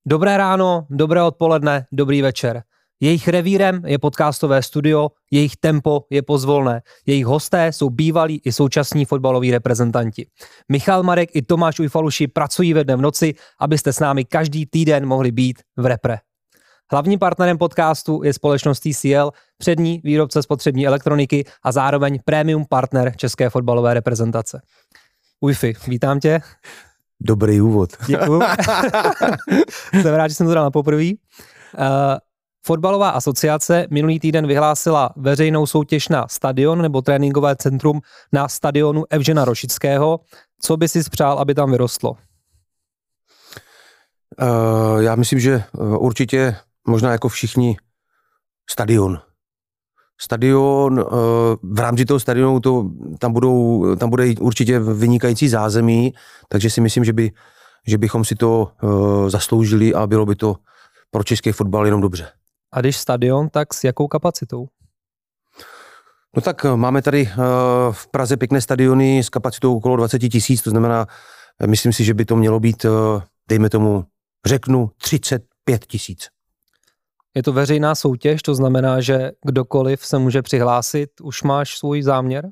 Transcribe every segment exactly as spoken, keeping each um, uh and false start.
Dobré ráno, dobré odpoledne, dobrý večer. Jejich revírem je podcastové studio, jejich tempo je pozvolné. Jejich hosté jsou bývalí i současní fotbaloví reprezentanti. Michal Marek i Tomáš Ujfaluši pracují ve dne v noci, abyste s námi každý týden mohli být v repre. Hlavním partnerem podcastu je společnost T C L, přední výrobce spotřební elektroniky a zároveň premium partner české fotbalové reprezentace. Ujfi, vítám tě. Dobrý úvod. Děkuju. Jsem rád, že jsem to dal na poprvé. Uh, Fotbalová asociace minulý týden vyhlásila veřejnou soutěž na stadion nebo tréninkové centrum na stadionu Evžena Rošického. Co by si přál, aby tam vyrostlo? Uh, já myslím, že určitě možná jako všichni stadion. Stadion, uh, v rámci toho stadionu to, tam, budou, tam bude určitě vynikající zázemí, takže si myslím, že, by, že bychom si to uh, zasloužili a bylo by to pro český fotbal jenom dobře. A když stadion, tak s jakou kapacitou? No tak máme tady uh, v Praze pěkné stadiony s kapacitou okolo dvacet tisíc, to znamená, myslím si, že by to mělo být, uh, dejme tomu, řeknu, třicet pět tisíc. Je to veřejná soutěž, to znamená, že kdokoliv se může přihlásit. Už máš svůj záměr?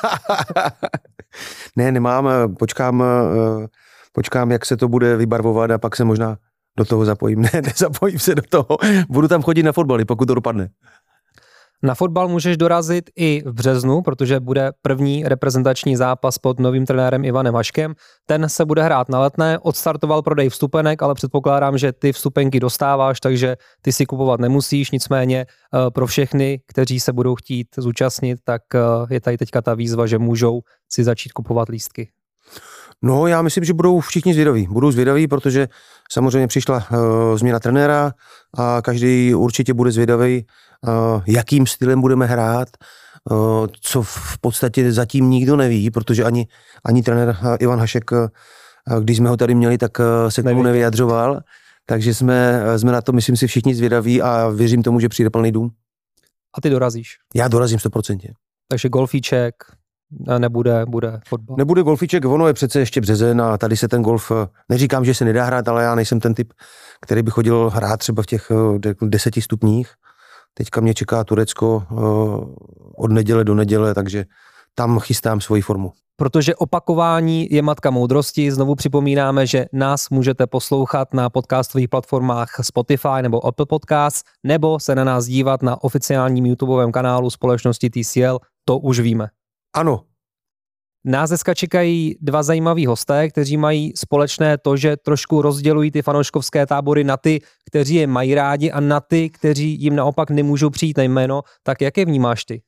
ne, nemám, počkám, počkám, jak se to bude vybarvovat a pak se možná do toho zapojím. Ne, nezapojím se do toho. Budu tam chodit na fotbaly, pokud to dopadne. Na fotbal můžeš dorazit i v březnu, protože bude první reprezentační zápas pod novým trenérem Ivanem Haškem. Ten se bude hrát na Letné, odstartoval prodej vstupenek, ale předpokládám, že ty vstupenky dostáváš, takže ty si kupovat nemusíš, nicméně pro všechny, kteří se budou chtít zúčastnit, tak je tady teďka ta výzva, že můžou si začít kupovat lístky. No, já myslím, že budou všichni zvědaví. Budou zvědaví, protože samozřejmě přišla uh, změna trenéra a každý určitě bude zvědavý, uh, jakým stylem budeme hrát, uh, co v podstatě zatím nikdo neví, protože ani, ani trenér uh, Ivan Hašek, uh, když jsme ho tady měli, tak uh, se k tomu nevyjadřoval. Takže jsme, uh, jsme na to, myslím si, všichni zvědaví a věřím tomu, že přijde plný dům. A ty dorazíš? Já dorazím sto procent. Takže golfíček, nebude, bude fotbal. Nebude golfíček, ono je přece ještě březen a tady se ten golf, neříkám, že se nedá hrát, ale já nejsem ten typ, který by chodil hrát třeba v těch deseti stupních. Teďka mě čeká Turecko od neděle do neděle, takže tam chystám svoji formu. Protože opakování je matka moudrosti, znovu připomínáme, že nás můžete poslouchat na podcastových platformách Spotify nebo Apple Podcasts, nebo se na nás dívat na oficiálním YouTubeovém kanálu společnosti T C L, to už víme. Ano. Nás dneska čekají dva zajímaví hosté, kteří mají společné to, že trošku rozdělují ty fanouškovské tábory na ty, kteří je mají rádi a na ty, kteří jim naopak nemůžou přijít na jméno. Tak jak je vnímáš ty?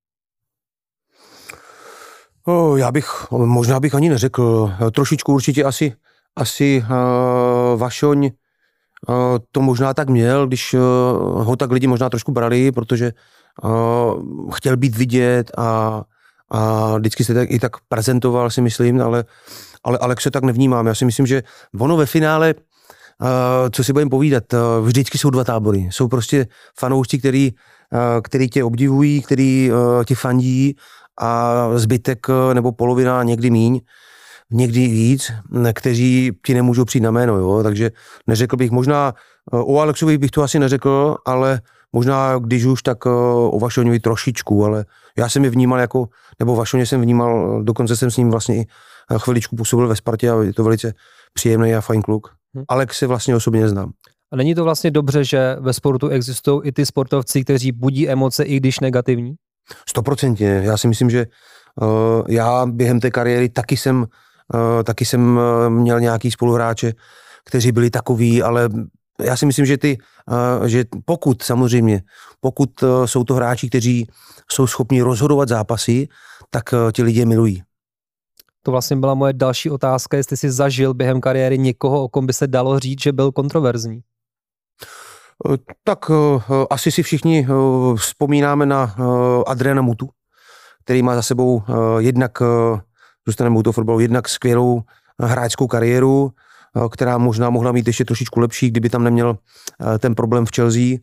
O, já bych, možná bych ani neřekl, trošičku určitě asi, asi uh, Vašoň uh, to možná tak měl, když uh, ho tak lidi možná trošku brali, protože uh, chtěl být vidět a A vždycky se tak, i tak prezentoval, si myslím, ale, ale Alex se tak nevnímám. Já si myslím, že ono ve finále, uh, co si budeme povídat, uh, vždycky jsou dva tábory. Jsou prostě fanoušci, který, uh, který tě obdivují, který uh, tě fandí a zbytek uh, nebo polovina, někdy míň, někdy víc, kteří ti nemůžou přijít na jméno. Jo? Takže neřekl bych, možná uh, o Alexovi bych to asi neřekl, ale možná, když už, tak uh, o Vašoňovi trošičku, ale já jsem je vnímal jako, nebo Vašoně jsem vnímal, dokonce jsem s ním vlastně i chviličku působil ve Spartě a je to velice příjemný a fajn kluk. Hmm. Alex se vlastně osobně znám. A není to vlastně dobře, že ve sportu existují i ty sportovci, kteří budí emoce, i když negativní? Stoprocentně. Já si myslím, že uh, já během té kariéry taky jsem, uh, taky jsem uh, měl nějaký spoluhráče, kteří byli takový, ale já si myslím, že ty, uh, že pokud samozřejmě, pokud uh, jsou to hráči, kteří jsou schopni rozhodovat zápasy, tak uh, ti lidé milují. To vlastně byla moje další otázka, jestli jsi zažil během kariéry někoho, o kom by se dalo říct, že byl kontroverzní. Uh, tak uh, asi si všichni uh, vzpomínáme na uh, Adriana Mutu, který má za sebou uh, jednak, uh, zůstaneme u toho fotbalu, jednak skvělou hráčskou kariéru, která možná mohla mít ještě trošičku lepší, kdyby tam neměl ten problém v Chelsea.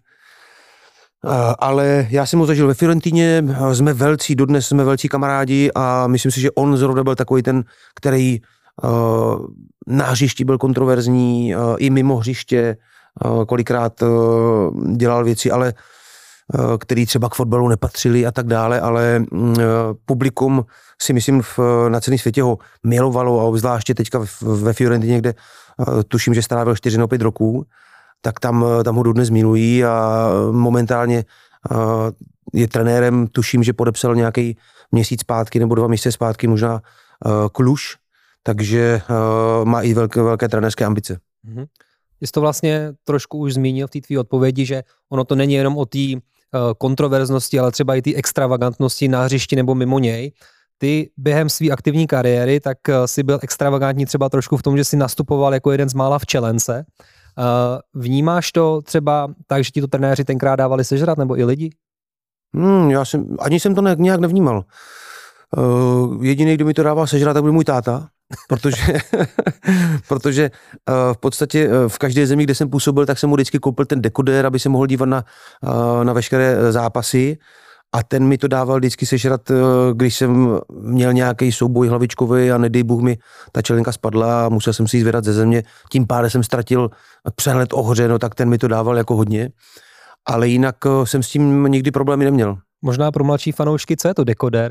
Ale já jsem ho zažil ve Fiorentíně, jsme velcí, dodnes jsme velcí kamarádi a myslím si, že on zrovna byl takový ten, který na hřišti byl kontroverzní, i mimo hřiště, kolikrát dělal věci, ale který třeba k fotbalu nepatřili a tak dále, ale publikum si myslím v, na celém světě ho milovalo a obzvláště teďka ve Fiorentině, kde tuším, že strávil čtyři nebo pět roků, tak tam, tam ho dodnes milují a momentálně je trenérem, tuším, že podepsal nějaký měsíc zpátky nebo dva měsíce zpátky, možná Kluž, takže má i velké, velké trenérské ambice. Mm-hmm. Jsi to vlastně trošku už zmínil v té tvý odpovědi, že ono to není jenom o té kontroverznosti, ale třeba i té extravagantnosti na hřišti nebo mimo něj. Ty během své aktivní kariéry, tak si byl extravagantní třeba trošku v tom, že si nastupoval jako jeden z mála včelence. Vnímáš to třeba tak, že ti to trenéři tenkrát dávali sežrat, nebo i lidi? Hmm, já jsem, ani jsem to ne, nějak nevnímal. Uh, jediný, kdo mi to dával sežrat, tak byl můj táta, protože, protože uh, v podstatě uh, v každé zemi, kde jsem působil, tak jsem mu vždycky koupil ten dekodér, aby se mohl dívat na, uh, na veškeré zápasy. A ten mi to dával vždycky sežrat, když jsem měl nějaký souboj hlavičkový a nedej Bůh mi ta čelenka spadla a musel jsem si ji zvedat ze země. Tím pádem jsem ztratil přehled o hře, no tak ten mi to dával jako hodně. Ale jinak jsem s tím nikdy problémy neměl. Možná pro mladší fanoušky, co je to dekodér?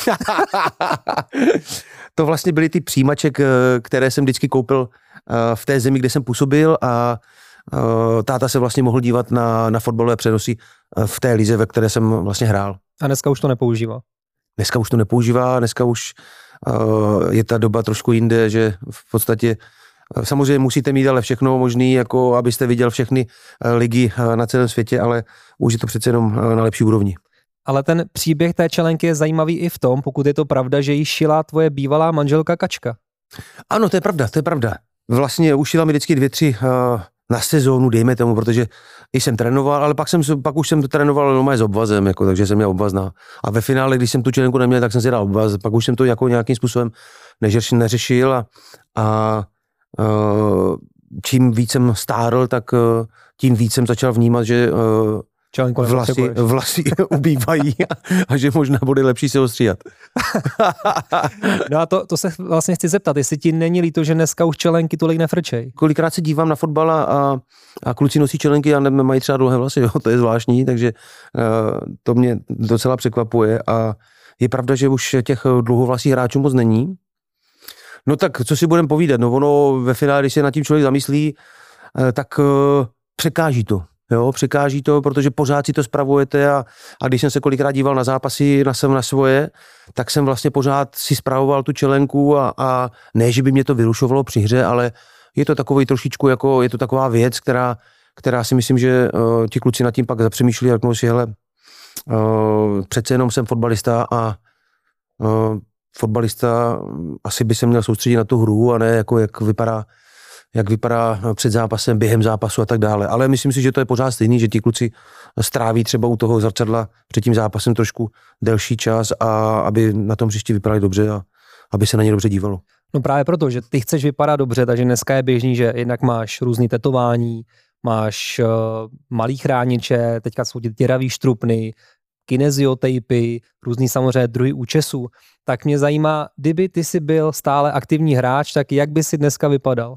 To vlastně byly ty přijímače, které jsem vždycky koupil v té zemi, kde jsem působil a táta se vlastně mohl dívat na, na fotbalové přenosy v té lize, ve které jsem vlastně hrál. A dneska už to nepoužívá? Dneska už to nepoužívá, dneska už uh, je ta doba trošku jinde, že v podstatě uh, samozřejmě musíte mít ale všechno možný, jako abyste viděl všechny uh, ligy uh, na celém světě, ale už je to přece jenom uh, na lepší úrovni. Ale ten příběh té čelenky je zajímavý i v tom, pokud je to pravda, že ji šila tvoje bývalá manželka Kačka. Ano, to je pravda, to je pravda. Vlastně ušila mi vždycky dvě, tři uh, na sezónu, dejme tomu, protože i jsem trénoval, ale pak, jsem, pak už jsem to trénoval normálně s obvazem, jako, takže jsem měl obvazná. A ve finále, když jsem tu čelenku neměl, tak jsem si dal obvaz, pak už jsem to jako nějakým způsobem neřešil, neřešil a, a uh, čím víc jsem stárl, tak uh, tím víc jsem začal vnímat, že uh, vlasy, vlasy ubývají a, a že možná bude lepší se ostříhat. No a to, to se vlastně chci zeptat, jestli ti není líto, že dneska už čelenky tolik nefrčej? Kolikrát se dívám na fotbal a, a kluci nosí čelenky a ne, mají třeba dlouhé vlasy, jo? To je zvláštní, takže uh, to mě docela překvapuje a je pravda, že už těch dlouhovlasých hráčů moc není. No tak co si budeme povídat, no ono ve finále, když se nad tím člověk zamyslí, uh, tak uh, překáží to. Jo, překáží to, protože pořád si to spravujete a, a když jsem se kolikrát díval na zápasy na, na svoje, tak jsem vlastně pořád si spravoval tu čelenku a, a ne, že by mě to vyrušovalo při hře, ale je to takový trošičku, jako je to taková věc, která, která si myslím, že uh, ti kluci nad tím pak zapřemýšlí a řeknou si, hele, uh, přece jenom jsem fotbalista a uh, fotbalista asi by se měl soustředit na tu hru a ne jako jak vypadá jak vypadá před zápasem, během zápasu a tak dále. Ale myslím si, že to je pořád stejný, že ti kluci stráví třeba u toho zrcadla před tím zápasem trošku delší čas a aby na tom hřišti vypadali dobře a aby se na ně dobře dívalo. No právě proto, že ty chceš vypadat dobře, takže dneska je běžný, že jednak máš různý tetování, máš uh, malý chrániče, teďka jsou ti děravý štrupny, kineziotejpy, různý samozřejmě druhy účesů. Tak mě zajímá, kdyby ty si byl stále aktivní hráč, tak jak by si dneska vypadal?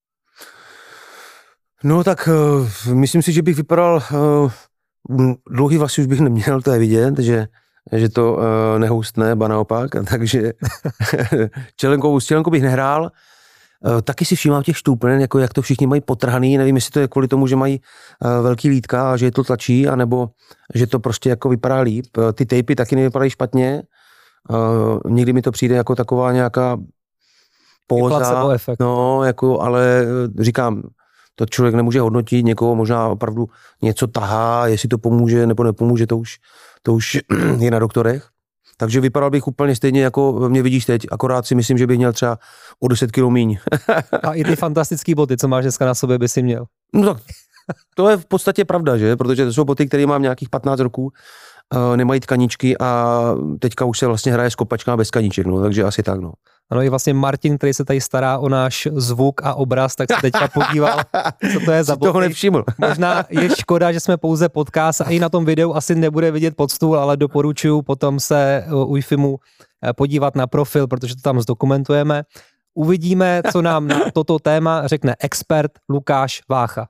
No tak uh, myslím si, že bych vypadal, uh, dlouhý vlasy už bych neměl, to je vidět, že, že to uh, nehoustne, ba naopak, takže čelenkou, s čelenkou bych nehrál. Uh, taky si všímám těch štůpen, jako jak to všichni mají potrhaný, nevím, jestli to je kvůli tomu, že mají uh, velký lítka a že je to tlačí, anebo že to prostě jako vypadá líp. Uh, ty tejpy taky nevypadají špatně, uh, někdy mi to přijde jako taková nějaká póza, no, jako, ale říkám, to člověk nemůže hodnotit, někoho možná opravdu něco tahá, jestli to pomůže nebo nepomůže, to už, to už je na doktorech. Takže vypadal bych úplně stejně, jako mě vidíš teď, akorát si myslím, že bych měl třeba o deset kilo míň. A i ty fantastické boty, co máš dneska na sobě, by si měl. No tak, to je v podstatě pravda, že? Protože to jsou boty, které mám nějakých patnáct roků, uh, nemají tkaničky a teďka už se vlastně hraje s kopačkama bez tkaniček, no, takže asi tak, no. Ano, je vlastně Martin, který se tady stará o náš zvuk a obraz, tak se teďka podíval, co to je za boty. Toho nevšiml. Možná je škoda, že jsme pouze podcast a i na tom videu asi nebude vidět pod stůl, ale doporučuji potom se u Wi-Fi mu podívat na profil, protože to tam zdokumentujeme. Uvidíme, co nám na toto téma řekne expert Lukáš Vácha.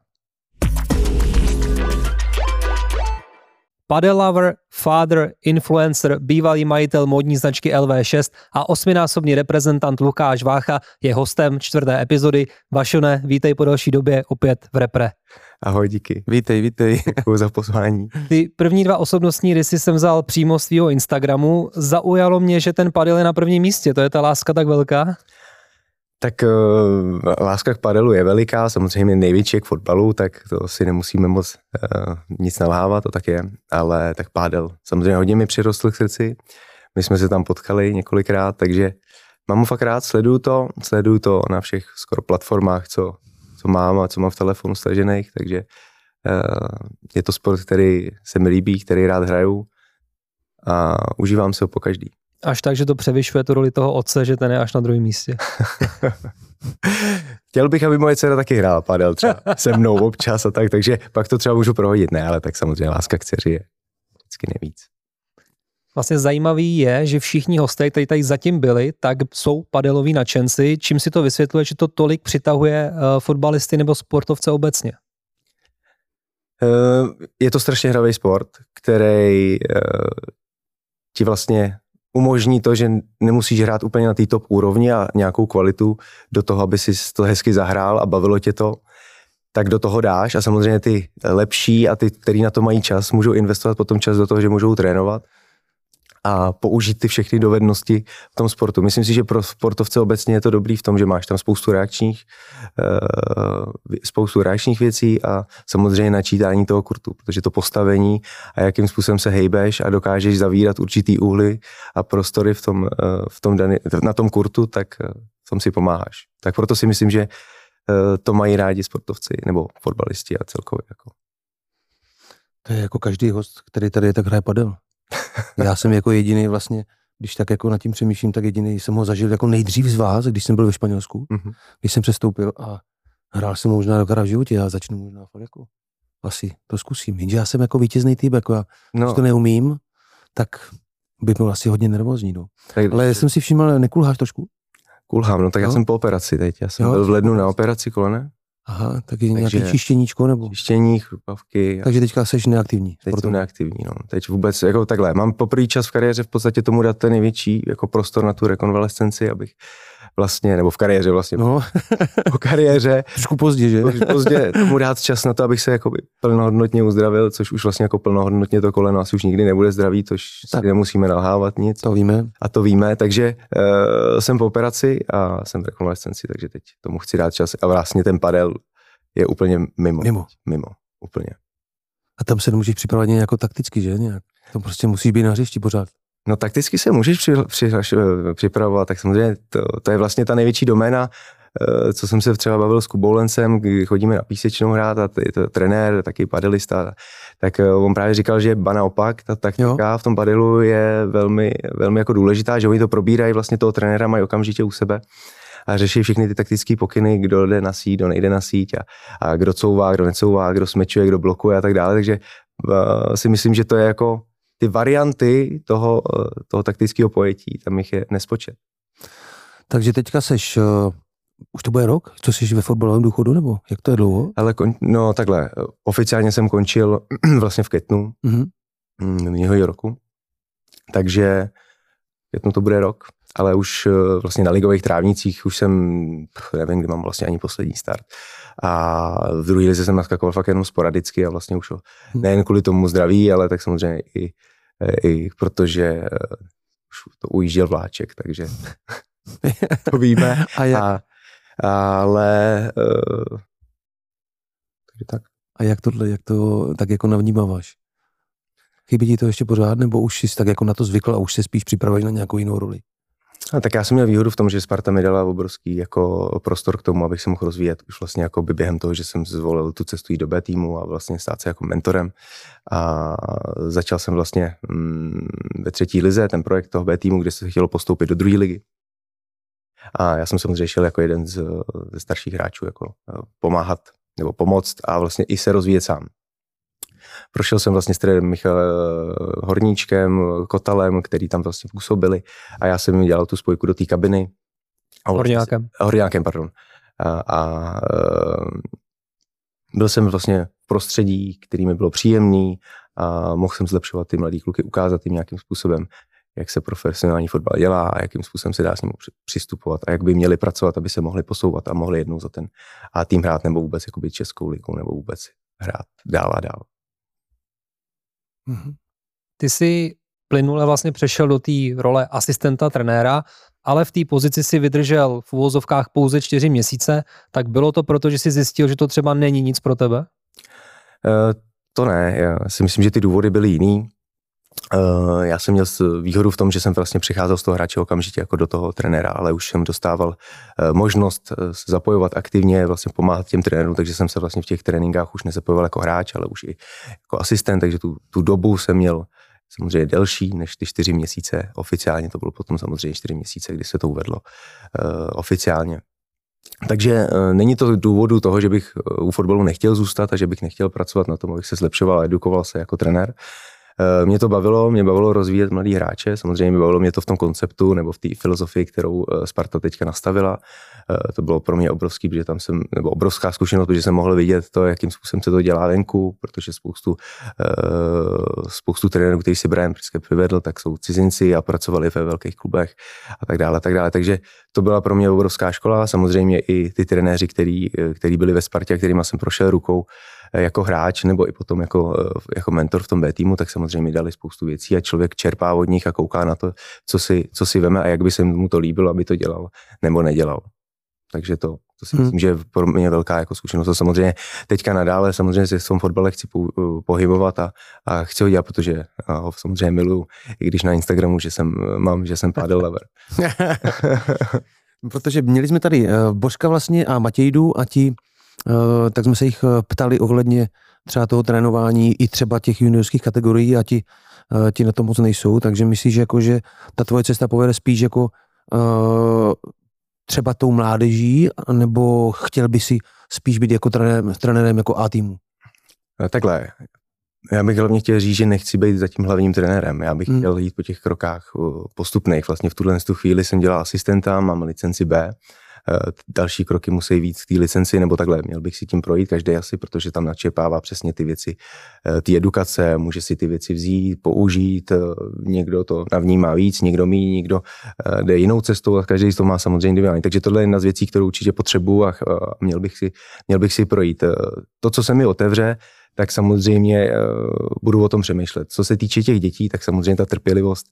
Padel lover, father, influencer, bývalý majitel módní značky L V šest a osminásobný reprezentant Lukáš Vácha je hostem čtvrté epizody. Vašone, vítej po další době opět v Repre. Ahoj, díky. Vítej, vítej. Děkuji za pozvání. Ty první dva osobnostní rysy jsem vzal přímo z tvýho Instagramu. Zaujalo mě, že ten padel je na prvním místě. To je ta láska tak velká? Tak uh, láska k padelu je veliká, samozřejmě největší k fotbalu, tak to si nemusíme moc uh, nic nalhávat, to tak je, ale tak pádel samozřejmě hodně mi přirostl k srdci, my jsme se tam potkali několikrát, takže mám ho fakt rád, sleduju to, sleduju to na všech skoro platformách, co, co mám a co mám v telefonu stažených, takže uh, je to sport, který se mi líbí, který rád hraju a užívám se ho po každý. Až tak, že to převyšuje tu roli toho otce, že ten je až na druhém místě. Chtěl bych, aby moje dcera taky hrála padel třeba se mnou občas a tak, takže pak to třeba můžu prohodit, ne, ale tak samozřejmě láska k dceři je vždycky nejvíc. Vlastně zajímavý je, že všichni hosté, kteří tady zatím byli, tak jsou padeloví nadšenci. Čím si to vysvětluje, že to tolik přitahuje uh, fotbalisty nebo sportovce obecně? Uh, je to strašně hravý sport, který uh, ti vlastně umožní to, že nemusíš hrát úplně na té top úrovni a nějakou kvalitu do toho, aby si to hezky zahrál a bavilo tě to, tak do toho dáš a samozřejmě ty lepší a ty, který na to mají čas, můžou investovat potom čas do toho, že můžou trénovat a použít ty všechny dovednosti v tom sportu. Myslím si, že pro sportovce obecně je to dobrý v tom, že máš tam spoustu reakčních, uh, spoustu reakčních věcí a samozřejmě načítání toho kurtu, protože to postavení a jakým způsobem se hejbeš a dokážeš zavírat určitý úhly a prostory v tom, uh, v tom daný, na tom kurtu, tak uh, v tom si pomáháš. Tak proto si myslím, že uh, to mají rádi sportovci nebo fotbalisti a celkově. Jako. To je jako každý host, který tady je, tak hraje padel. Já jsem jako jediný vlastně, když tak jako nad tím přemýšlím, tak jediný jsem ho zažil jako nejdřív z vás, když jsem byl ve Španělsku, mm-hmm. když jsem přestoupil a hrál jsem možná dokrát v životě, já začnu možná fakt jako asi to zkusím. Jenže já jsem jako vítězný typ, jako já no. to neumím, tak bych byl asi hodně nervózní. No. Tak, ale já jsem si všiml, nekulháš trošku? Kulhám, no tak jo? Já jsem po operaci teď, já jsem jo? byl v lednu na operaci kolene. Aha, tak je nějaké čištěníčko nebo? Čištění, chrupavky. Takže teďka seš neaktivní. Teď jsem neaktivní, no. Teď vůbec, jako takhle, mám poprvé čas v kariéře v podstatě tomu dát ten největší jako prostor na tu rekonvalescenci, abych vlastně, nebo v kariéře vlastně, no. po kariéře. Trošku pozdě, že? Pozdě tomu dát čas na to, abych se jakoby plnohodnotně uzdravil, což už vlastně jako plnohodnotně to koleno asi už nikdy nebude zdravý, což si nemusíme nalhávat nic. To víme. A to víme, takže uh, jsem po operaci a jsem v rekonvalescenci, takže teď tomu chci dát čas a vlastně ten padel je úplně mimo. Mimo. Mimo, úplně. A tam se nemůžeš připravovat nějak jako takticky, že? Nějak. To prostě musíš být na hřišti pořád. No takticky se můžeš při, při, připravovat, tak samozřejmě to, to je vlastně ta největší doména, co jsem se třeba bavil s Kuboulencem, kdy chodíme na písečnou hrát a je to trenér, taky padelista, tak on právě říkal, že ba naopak, ta taktika jo. v tom padelu je velmi, velmi jako důležitá, že oni to probírají, vlastně toho trenéra mají okamžitě u sebe a řeší všechny ty taktické pokyny, kdo jde na síť, kdo nejde na síť a, a kdo couvá, kdo necouvá, kdo smečuje, kdo blokuje a tak dále, takže uh, si myslím, že to je jako ty varianty toho, toho taktického pojetí, tam jich je nespočet. Takže teďka seš, uh, už to bude rok, co jsi ve fotbalovém důchodu, nebo jak to je dlouho? Ale kon, no takhle, oficiálně jsem končil vlastně v květnu mm-hmm. minulého roku, takže v květnu to bude rok, ale už uh, vlastně na ligových trávnicích už jsem, nevím, kdy mám vlastně ani poslední start. A v druhé lize jsem naskakoval fakt jenom sporadicky a vlastně už nejen kvůli tomu zdraví, ale tak samozřejmě i, i protože už to ujížděl vláček, takže to víme. A jak? A, ale uh, takže tak. A jak tohle, jak to tak jako navnímáváš? Chybí ti to ještě pořád, nebo už jsi tak jako na to zvykl a už se spíš připravuješ na nějakou jinou roli? No, tak já jsem měl výhodu v tom, že Sparta mi dala obrovský jako prostor k tomu, abych se mohl rozvíjet už vlastně jako by během toho, že jsem zvolil tu cestu jít do B týmu a vlastně stát se jako mentorem. A začal jsem vlastně mm, ve třetí lize, ten projekt toho B týmu, kde se chtělo postoupit do druhé ligy. A já jsem samozřejmě šel jako jeden z, ze starších hráčů jako pomáhat nebo pomoct a vlastně i se rozvíjet sám. Prošel jsem vlastně s trenérem Michalem Horníčkem, Kotalem, který tam vlastně působili a já jsem jim dělal tu spojku do té kabiny Horňákem. Horňákem, pardon. A, a byl jsem vlastně v prostředí, který mi bylo příjemný a mohl jsem zlepšovat ty mladý kluky, ukázat jim nějakým způsobem, jak se profesionální fotbal dělá a jakým způsobem se dá s ním přistupovat a jak by měli pracovat, aby se mohli posouvat a mohli jednou za ten a tým hrát nebo vůbec jakoby českou ligu nebo vůbec hrát dál a dál. Mm-hmm. Ty jsi plynule vlastně přešel do té role asistenta trenéra, ale v té pozici si vydržel v uvozovkách pouze čtyři měsíce, tak bylo to proto, že jsi zjistil, že to třeba není nic pro tebe? Uh, to ne, já si myslím, že ty důvody byly jiný. Uh, já jsem měl výhodu v tom, že jsem vlastně přicházel z toho hráče okamžitě jako do toho trenéra, ale už jsem dostával uh, možnost uh, se zapojovat aktivně, vlastně pomáhat těm trenérům, takže jsem se vlastně v těch tréninkách už nezapojoval jako hráč, ale už i jako asistent, takže tu, tu dobu jsem měl samozřejmě delší než ty čtyři měsíce oficiálně, to bylo potom samozřejmě čtyři měsíce, kdy se to uvedlo uh, oficiálně. Takže uh, není to důvodu toho, že bych uh, u fotbalu nechtěl zůstat a že bych nechtěl pracovat na tom, abych se zlepšoval a edukoval se jako trenér. Mě to bavilo, mě bavilo rozvíjet mladý hráče, samozřejmě mě bavilo mě to v tom konceptu nebo v té filozofii, kterou Sparta teďka nastavila. To bylo pro mě obrovský, protože tam jsem, nebo obrovská zkušenost, protože jsem mohl vidět to, jakým způsobem se to dělá venku, protože spoustu, spoustu trenérů, který si Brian Priske přivedl, tak jsou cizinci a pracovali ve velkých klubech a tak dále, a tak dále. Takže to byla pro mě obrovská škola, samozřejmě i ty trenéři, který, který byli ve Spartě, kterýma jsem prošel rukou jako hráč nebo i potom jako, jako mentor v tom B týmu, tak samozřejmě dali spoustu věcí a člověk čerpá od nich a kouká na to, co si, co si veme a jak by se mu to líbilo, aby to dělal nebo nedělal. Takže to, to si hmm. myslím, že je pro mě velká jako zkušenost. A samozřejmě teďka nadále samozřejmě se v tom fotbale chci pohybovat a, a chci ho dělat, protože ho samozřejmě miluju, i když na Instagramu, že jsem, mám, že jsem pádel lever. Protože měli jsme tady Božka vlastně a Matějdu a ti Uh, tak jsme se jich ptali ohledně třeba toho trénování i třeba těch juniorských kategorií a ti, uh, ti na to moc nejsou, takže myslíš, jako, že ta tvoje cesta povede spíš jako uh, třeba tou mládeží, nebo chtěl by si spíš být jako trenérem, trenérem jako A týmu? Takhle, já bych hlavně chtěl říct, že nechci být zatím hlavním trenérem, já bych hmm. chtěl jít po těch krokách postupných, vlastně v tuhle chvíli jsem dělal asistenta, mám licenci B, další kroky musí víc k té licenci, nebo takhle, měl bych si tím projít každý asi, protože tam načerpává přesně ty věci, ty edukace, může si ty věci vzít, použít, někdo to navnímá víc, někdo míň, někdo jde jinou cestou a každý to má samozřejmě individuální. Takže tohle je jedna z věcí, kterou určitě potřebuju a měl bych si, měl bych si projít. To, co se mi otevře, tak samozřejmě budu o tom přemýšlet. Co se týče těch dětí, tak samozřejmě ta trpělivost,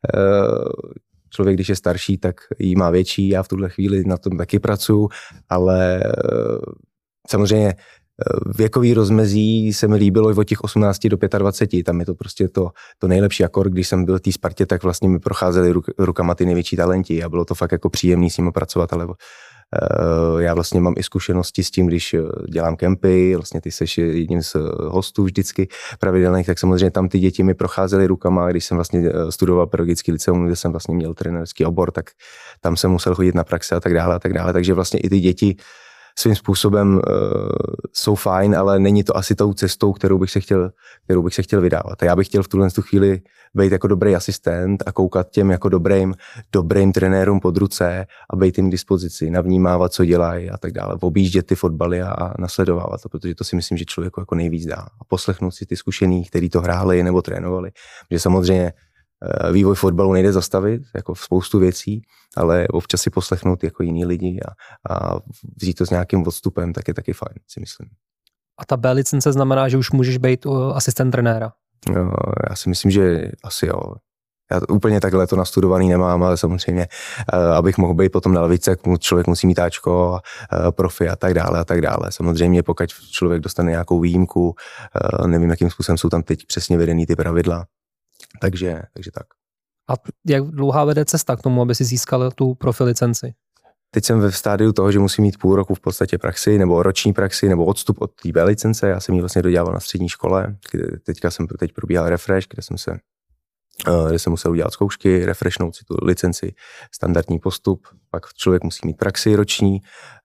člověk, když je starší, tak ji má větší, já v tuhle chvíli na tom taky pracuji, ale samozřejmě věkový rozmezí se mi líbilo i od těch osmnácti do dvaceti pěti, tam je to prostě to, to nejlepší akord, když jsem byl v té Spartě, tak vlastně mi procházeli ruk, rukama ty největší talenti a bylo to fakt jako příjemný s nimi pracovat, ale uh, já vlastně mám i zkušenosti s tím, když dělám kempy, vlastně ty seš jedním z hostů vždycky pravidelných, tak samozřejmě tam ty děti mi procházely rukama, když jsem vlastně studoval pedagogický liceum, kde jsem vlastně měl trenérský obor, tak tam jsem musel chodit na praxe a tak dále a tak dále, takže vlastně i ty děti svým způsobem uh, jsou fajn, ale není to asi tou cestou, kterou bych se chtěl, kterou bych se chtěl vydávat. A já bych chtěl v tuhle chvíli být jako dobrý asistent a koukat těm jako dobrým, dobrým trenérům pod ruce a být jim k dispozici, navnímávat, co dělají a tak dále, objíždět ty fotbaly a, a nasledovávat to, protože to si myslím, že člověku jako nejvíc dá. A poslechnout si ty zkušený, kteří to hráli nebo trénovali. Protože samozřejmě vývoj fotbalu nejde zastavit, jako v spoustu věcí, ale občas si poslechnout jako jiní lidi a, a vzít to s nějakým odstupem, tak je taky fajn, si myslím. A ta B licence znamená, že už můžeš být asistent trenéra? No, já si myslím, že asi jo. Já to úplně takhle to nastudovaný nemám, ale samozřejmě, abych mohl být potom na lavice, člověk musí mít áčko, profi a tak dále a tak dále. Samozřejmě, pokud člověk dostane nějakou výjimku, nevím, jakým způsobem jsou tam teď přesně vedený ty pravidla, Takže, takže tak. A jak dlouhá vede cesta k tomu, aby si získal tu profi licenci? Teď jsem ve stádiu toho, že musím mít půl roku v podstatě praxi, nebo roční praxi, nebo odstup od té B licence. Já jsem ji vlastně dodělal na střední škole, kde teďka jsem teď probíhal refresh, kde jsem se kde jsem musel udělat zkoušky, refreshnout si tu licenci, standardní postup, pak člověk musí mít praxi roční.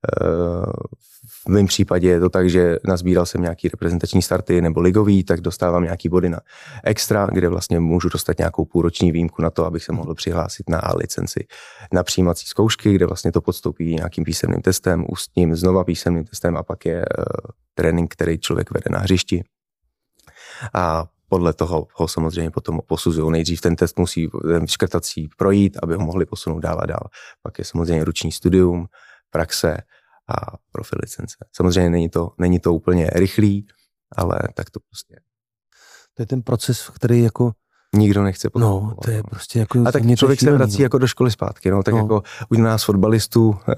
V mém případě je to tak, že nazbíral jsem nějaký reprezentační starty nebo ligový, tak dostávám nějaký body na extra, kde vlastně můžu dostat nějakou půlroční výjimku na to, abych se mohl přihlásit na A licenci na přijímací zkoušky, kde vlastně to podstoupí nějakým písemným testem, ústním, znova písemným testem a pak je uh, trénink, který člověk vede na hřišti. A podle toho ho samozřejmě potom posuzují. Nejdřív ten test musí ten škrtací projít, aby ho mohli posunout dál a dál. Pak je samozřejmě ruční studium, praxe a profil licence. Samozřejmě není to, není to úplně rychlý, ale tak to prostě je. To je ten proces, který jako nikdo nechce potřebovat. No, to je prostě jako... A tak člověk se vrací no. jako do školy zpátky. No. Tak no. jako u nás fotbalistů e,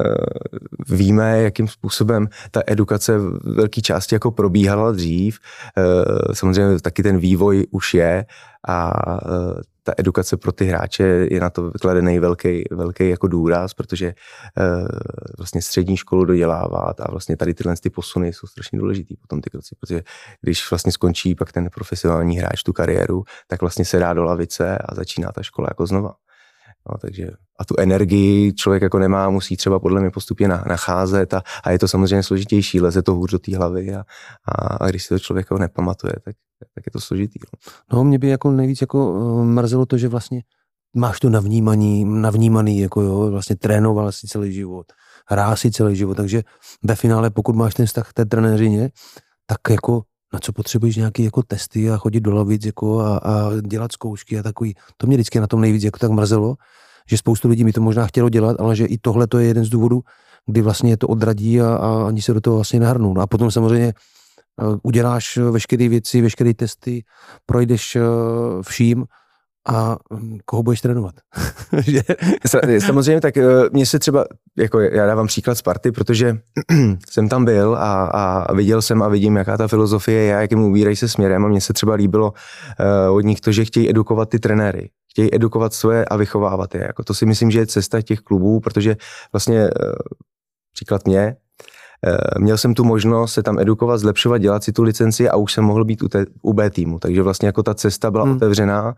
víme, jakým způsobem ta edukace v velké části jako probíhala dřív. E, samozřejmě taky ten vývoj už je a e, ta edukace pro ty hráče je na to vykladený velký, velký jako důraz, protože e, vlastně střední školu dodělávat a vlastně tady tyhle ty posuny jsou strašně důležitý potom ty kroci, protože když vlastně skončí pak ten profesionální hráč tu kariéru, tak vlastně se dá do lavice a začíná ta škola jako znova. No, takže a tu energii člověk jako nemá, musí třeba podle mě postupně nacházet a, a je to samozřejmě složitější, leze to hůř do té hlavy a, a, a když si to člověk jako nepamatuje, tak, tak je to složitý. No. no mě by jako nejvíc jako mrzelo to, že vlastně máš to navnímaný, navnímaný jako jo, vlastně trénoval si celý život, hrál si celý život, takže ve finále pokud máš ten vztah k té trenéřině, tak jako na co potřebuješ nějaký jako testy a chodit do lavic jako a, a dělat zkoušky a takový. To mě vždycky na tom nejvíc jako tak mrzelo, že spoustu lidí mi to možná chtělo dělat, ale že i tohle to je jeden z důvodů, kdy vlastně to odradí a, a ani se do toho vlastně nehrnou. No a potom samozřejmě uh, uděláš veškeré věci, veškeré testy, projdeš uh, vším a um, koho budeš trénovat. Samozřejmě, tak mně se třeba, jako já dávám příklad Sparty, protože jsem tam byl a, a viděl jsem a vidím, jaká ta filozofie je, jak jim ubírají se směrem a mně se třeba líbilo uh, od nich to, že chtějí edukovat ty trenéry. Chtějí edukovat svoje a vychovávat je. Jako to si myslím, že je cesta těch klubů, protože vlastně uh, příklad mě, měl jsem tu možnost se tam edukovat, zlepšovat, dělat si tu licenci a už jsem mohl být u, té, u B týmu. Takže vlastně jako ta cesta byla hmm. otevřená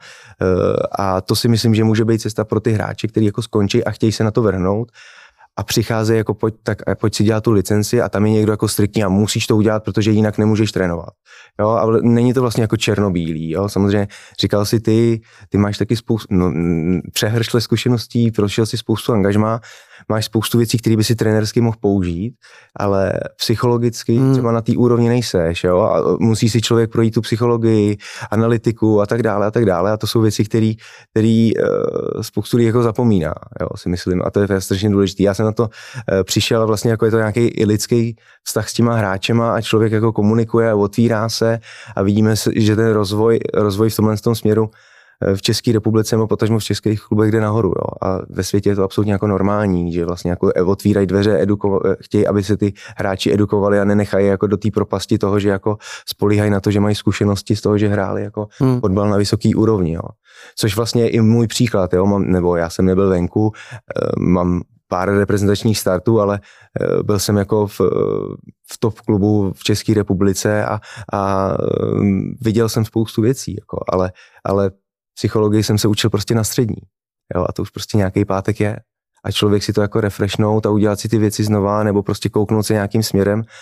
a to si myslím, že může být cesta pro ty hráče, kteří jako skončí a chtějí se na to vrhnout a přicházejí jako pojď, tak, pojď si dělat tu licenci a tam je někdo jako striktní a musíš to udělat, protože jinak nemůžeš trénovat. Jo, ale není to vlastně jako černobílý. Jo? Samozřejmě říkal si ty, ty máš taky spoustu, no, přehršle zkušeností, prošel si spoustu angažmá, máš spoustu věcí, které by si trenérsky mohl použít, ale psychologicky hmm. třeba na té úrovni nejseš, jo, a musí si člověk projít tu psychologii, analytiku a tak dále a tak dále a to jsou věci, které který, uh, spoustu lidí jako zapomíná, jo, si myslím, a to je strašně důležité. Já jsem na to uh, přišel vlastně jako je to nějaký i lidský vztah s těma hráčema a člověk jako komunikuje a otvírá se a vidíme, že ten rozvoj, rozvoj v tomhle tom směru v České republice nebo potažmo v českých klubech jde nahoru. Jo. A ve světě je to absolutně jako normální, že vlastně jako otvírají dveře, eduko- chtějí, aby se ty hráči edukovali a nenechají jako do té propasti toho, že jako spolíhají na to, že mají zkušenosti z toho, že hráli jako hmm. fotbal na vysoký úrovni. Jo. Což vlastně je i můj příklad, jo. Mám, nebo já jsem nebyl venku, mám pár reprezentačních startů, ale byl jsem jako v, v top klubu v České republice a, a viděl jsem spoustu věcí, jako, ale, ale psychologii jsem se učil prostě na střední. Jo, a to už prostě nějaký pátek je. A člověk si to jako refreshnout a udělat si ty věci znova, nebo prostě kouknout se nějakým směrem e,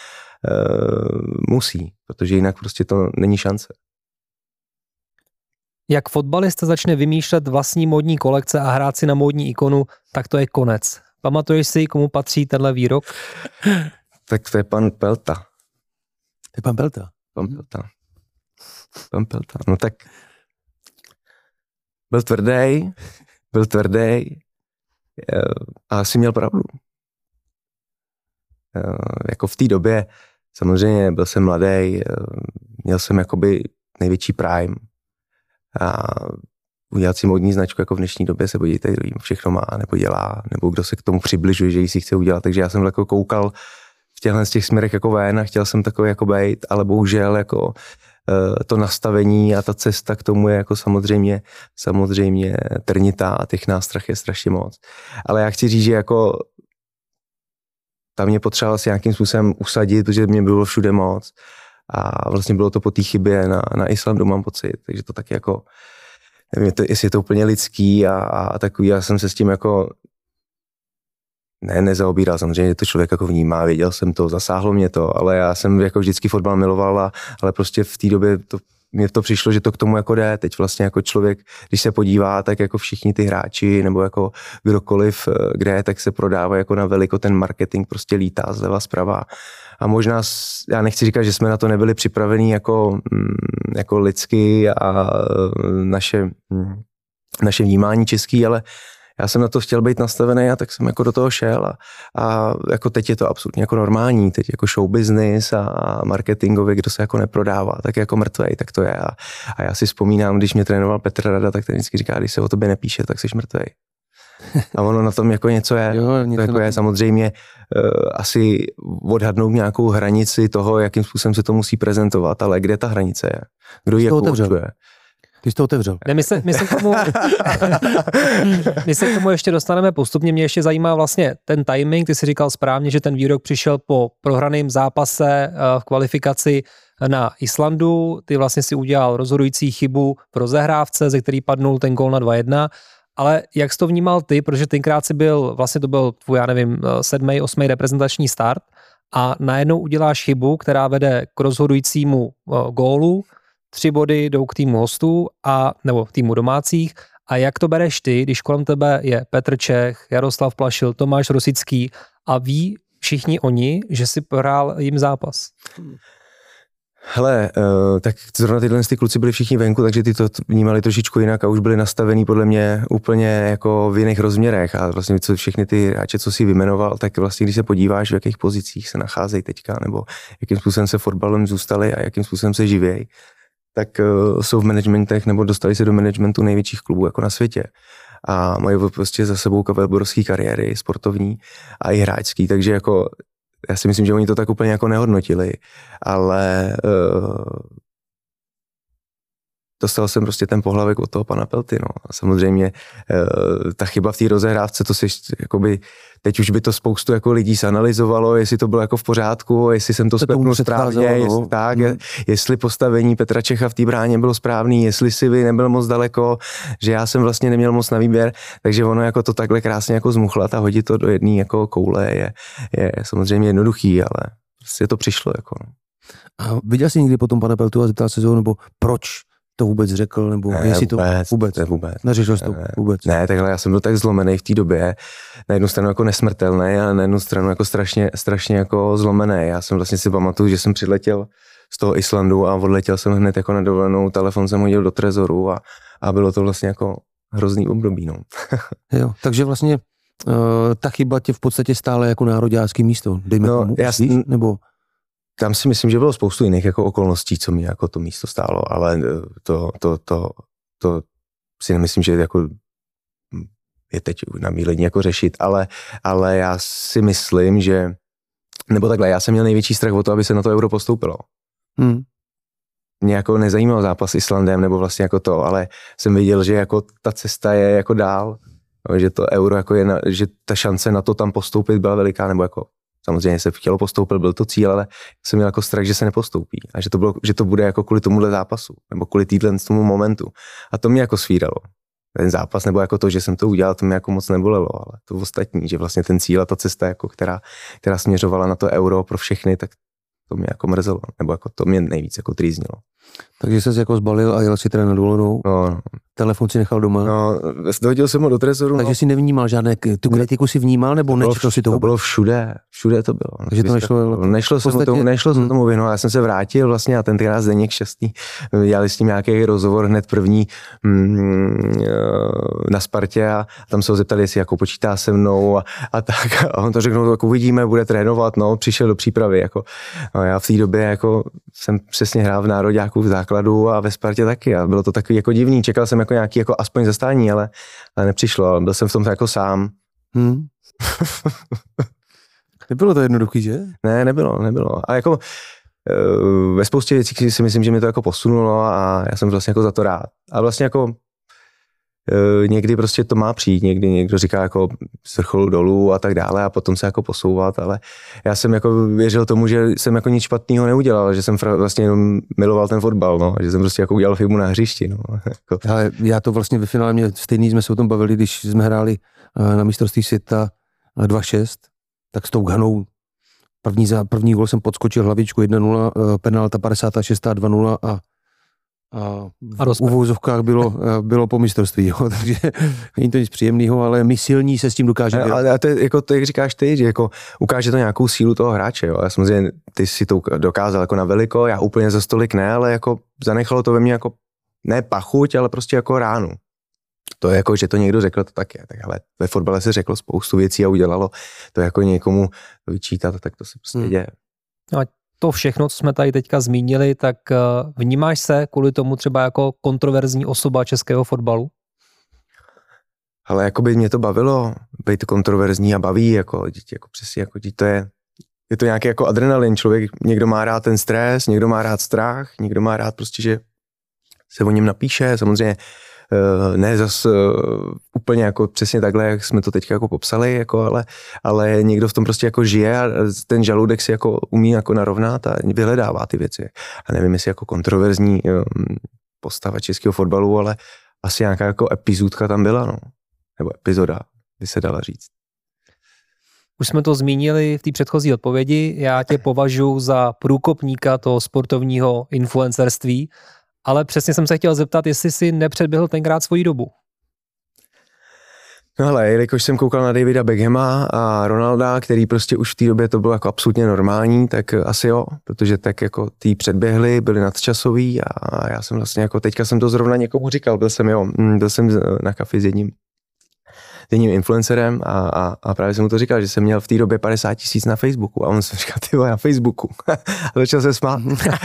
musí, protože jinak prostě to není šance. Jak fotbalista začne vymýšlet vlastní módní kolekce a hrát si na módní ikonu, tak to je konec. Pamatuješ si, komu patří tenhle výrok? Tak to je pan Pelta. To je pan Pelta? Pan Pelta. Pan Pelta. No tak byl tvrdý, byl tvrdý a asi měl pravdu. Jako v té době, samozřejmě byl jsem mladý, měl jsem jakoby největší prime a udělat si módní značku jako v dnešní době se podívejte, kdo všechno má nebo dělá, nebo kdo se k tomu přibližuje, že ji si chce udělat. Takže já jsem jako koukal v těchhle z těch směrech jako ven a chtěl jsem takový jako bejt, ale bohužel jako to nastavení a ta cesta k tomu je jako samozřejmě, samozřejmě trnitá a těch nástrah je strašně moc. Ale já chci říct, že jako tam mě potřeboval si nějakým způsobem usadit, protože mě bylo všude moc a vlastně bylo to po té chybě na, na Islandu, mám pocit, takže to taky jako nevím, to, jestli je to úplně lidský a, a takový, já jsem se s tím jako ne, nezaobíral, samozřejmě to člověk jako vnímá, věděl jsem to, zasáhlo mě to, ale já jsem jako vždycky fotbal miloval, a, ale prostě v té době to, mně to přišlo, že to k tomu jako jde. Teď vlastně jako člověk, když se podívá, tak jako všichni ty hráči nebo jako kdokoliv, kde je, tak se prodává jako na veliko, ten marketing prostě lítá zleva zprava. A možná, já nechci říkat, že jsme na to nebyli připravení jako, jako lidsky a naše, naše vnímání český, ale já jsem na to chtěl být nastavený a tak jsem jako do toho šel a, a jako teď je to absolutně jako normální, teď jako show business a, a marketingově, kdo se jako neprodává, tak jako mrtvej, tak to je. A, a já si vzpomínám, když mě trénoval Petr Rada, tak ten vždycky říká, když se o tobě nepíše, tak jsi mrtvej. A ono na tom jako něco je, jo, něco to jako je samozřejmě uh, asi odhadnout nějakou hranici toho, jakým způsobem se to musí prezentovat, ale kde ta hranice je, kdo ji jako určuje. Ty jsi to otevřel. Ne, my, se, my, se k tomu, my se k tomu ještě dostaneme postupně. Mě ještě zajímá vlastně ten timing. Ty jsi říkal správně, že ten výrok přišel po prohraném zápase v kvalifikaci na Islandu. Ty vlastně si udělal rozhodující chybu v rozehrávce, ze který padnul ten gól na dva jedna. Ale jak jsi to vnímal ty, protože tenkrát si byl, vlastně to byl tvůj, já nevím, sedmý, osmý reprezentační start a najednou uděláš chybu, která vede k rozhodujícímu gólu. Tři body jdou k týmu hostů, a, nebo týmu domácích. A jak to bereš ty, když kolem tebe je Petr Čech, Jaroslav Plašil, Tomáš Rosický a ví všichni oni, že si prohrál jim zápas? Hele, uh, tak zrovna tyhle ty kluci byli všichni venku, takže ty to vnímali trošičku jinak a už byli nastavený podle mě úplně jako v jiných rozměrech a vlastně co všechny ty hráče, co si vyjmenoval, tak vlastně když se podíváš, v jakých pozicích se nacházejí teďka, nebo jakým způsobem se fotbalem zůstali a jakým způsobem se živějí, tak uh, jsou v managementech nebo dostali se do managementu největších klubů jako na světě. A mají prostě za sebou obrovské kariéry, sportovní a i hráčský, takže jako já si myslím, že oni to tak úplně jako nehodnotili, ale uh, dostal jsem prostě ten pohlavek od toho pana Pelty, no. A samozřejmě uh, ta chyba v té rozehrávce, to si jakoby, teď už by to spoustu jako lidí zanalyzovalo, jestli to bylo jako v pořádku, jestli jsem to spletnul správně, jestli, tak, hmm. jestli postavení Petra Čecha v té bráně bylo správný, jestli si vy nebyl moc daleko, že já jsem vlastně neměl moc na výběr, takže ono jako to takhle krásně jako zmuchlat a hodit to do jedné jako koule je, je samozřejmě jednoduchý, ale prostě to přišlo. Jako, no. A viděl jsi někdy potom pana Peltu a zeptal se ho, nebo proč to vůbec řekl, nebo ne, jestli vůbec, to vůbec, ne, vůbec. neřešil jsi to ne, vůbec. Ne, takhle já jsem byl tak zlomený v té době, na jednu stranu jako nesmrtelný a na jednu stranu jako strašně, strašně jako zlomený. Já jsem vlastně si pamatuju, že jsem přiletěl z toho Islandu a odletěl jsem hned jako na dovolenou, telefon jsem hodil do trezoru a, a bylo to vlastně jako hrozný období. No. Jo, takže vlastně uh, ta chyba tě v podstatě stále jako nároďácký místo, dejme no, tomu, já, myslíš, nebo... Tam si myslím, že bylo spoustu jiných jako okolností, co mi jako to místo stálo, ale to, to, to, to si nemyslím, že jako je teď na mílení jako řešit, ale, ale já si myslím, že, nebo takhle, já jsem měl největší strach o to, aby se na to euro postoupilo. Hmm. Mě jako nezajímal zápas s Islandem, nebo vlastně jako to, ale jsem viděl, že jako ta cesta je jako dál, že to euro jako je, na, že ta šance na to tam postoupit byla veliká, nebo jako samozřejmě se chtělo postoupit, byl to cíl, ale jsem měl jako strach, že se nepostoupí a že to, bylo, že to bude jako kvůli tomuhle zápasu, nebo kvůli týhle tomu momentu. A to mě jako svíralo. Ten zápas, nebo jako to, že jsem to udělal, to mě jako moc nebolelo, ale to ostatní, že vlastně ten cíl a ta cesta, jako která, která směřovala na to euro pro všechny, tak to mě jako mrzelo, nebo jako to mě nejvíc jako trýznilo. Takže ses jako zbalil a jel si teda na dovolenou. No, no. Telefon si nechal doma. No, dohodil jsem ho do trezoru. Takže no. si nevnímal žádné, tu kritiku si vnímal, nebo nečekal si to? To bylo všude, všude to bylo. Takže to nešlo, nešlo se podstatě... tomu, nešlo se tomu věnovat. Já jsem se vrátil vlastně a tenkrát Zdeněk Šťastný, dělali s tím nějaký rozhovor hned první mm, na Spartě a tam se ho zeptali, jestli jako počítá se mnou a, a tak. A on to řekl, no, tak uvidíme, bude trénovat, no, přišel do přípravy. Jako. No, já v té době jako jsem přesně hrál v nároďáku v základu a ve Spartě taky a bylo to takový jako divný. Čekal jsem jako nějaký jako aspoň zastání, ale, ale nepřišlo, ale byl jsem v tom jako sám. Hmm. Nebylo to jednoduchý, že? Ne, nebylo, nebylo. A jako ve spoustě věcí si myslím, že mi to jako posunulo a já jsem vlastně jako za to rád. A vlastně jako e, někdy prostě to má přijít, někdy někdo říká jako z vrcholu dolů a tak dále a potom se jako posouvat, ale já jsem jako věřil tomu, že jsem jako nic špatného neudělal, že jsem vlastně jenom miloval ten fotbal, no, že jsem prostě jako udělal chybu na hřišti. No. Ale já to vlastně ve finále mě stejný jsme se o tom bavili, když jsme hráli na mistrovství světa dva šest, tak s tou Ghanou první, za, první gol jsem podskočil hlavičku jedna nula, penalta padesát šest dva nula a a v a uvozovkách bylo, bylo po mistrovství, jo, takže není to nic příjemného, ale my silní se s tím dokážeme. Ale, ale to je, jako to, jak říkáš ty, že jako ukáže to nějakou sílu toho hráče, jo. Já samozřejmě, ty si to dokázal jako na veliko, já úplně za stolik ne, ale jako zanechalo to ve mně jako ne pachuť, ale prostě jako ránu. To je jako, že to někdo řekl, to tak je. Tak ale ve fotbale se řeklo spoustu věcí a udělalo to jako někomu vyčítat, tak to se prostě hmm. děje. No a to všechno, co jsme tady teďka zmínili, tak vnímáš se kvůli tomu třeba jako kontroverzní osoba českého fotbalu? Ale jako by mě to bavilo, být kontroverzní a baví, jako, jako přesně, jako to je, je to nějaký jako adrenalin, člověk, někdo má rád ten stres, někdo má rád strach, někdo má rád prostě, že se o něm napíše, samozřejmě ne zas úplně jako přesně takhle, jak jsme to teďka jako popsali, jako, ale, ale někdo v tom prostě jako žije a ten žaludek si jako umí jako narovnat a vyhledává ty věci. A nevím, jestli jako kontroverzní postava českého fotbalu, ale asi nějaká jako epizodka tam byla, no. Nebo epizoda, by se dala říct. Už jsme to zmínili v té předchozí odpovědi, já tě považuji za průkopníka toho sportovního influencerství, ale přesně jsem se chtěl zeptat, jestli jsi nepředběhl tenkrát svoji dobu. No ale jelikož jsem koukal na Davida Beckhama a Ronalda, který prostě už v té době to bylo jako absolutně normální, tak asi jo, protože tak jako ty předběhli, byli nadčasoví a já jsem vlastně jako, teďka jsem to zrovna někomu říkal, byl jsem jo, byl jsem na kafi s jedním jedním influencerem a, a, a právě jsem mu to říkal, že jsem měl v té době padesát tisíc na Facebooku a on se říkal, ty na Facebooku. A začal se smát.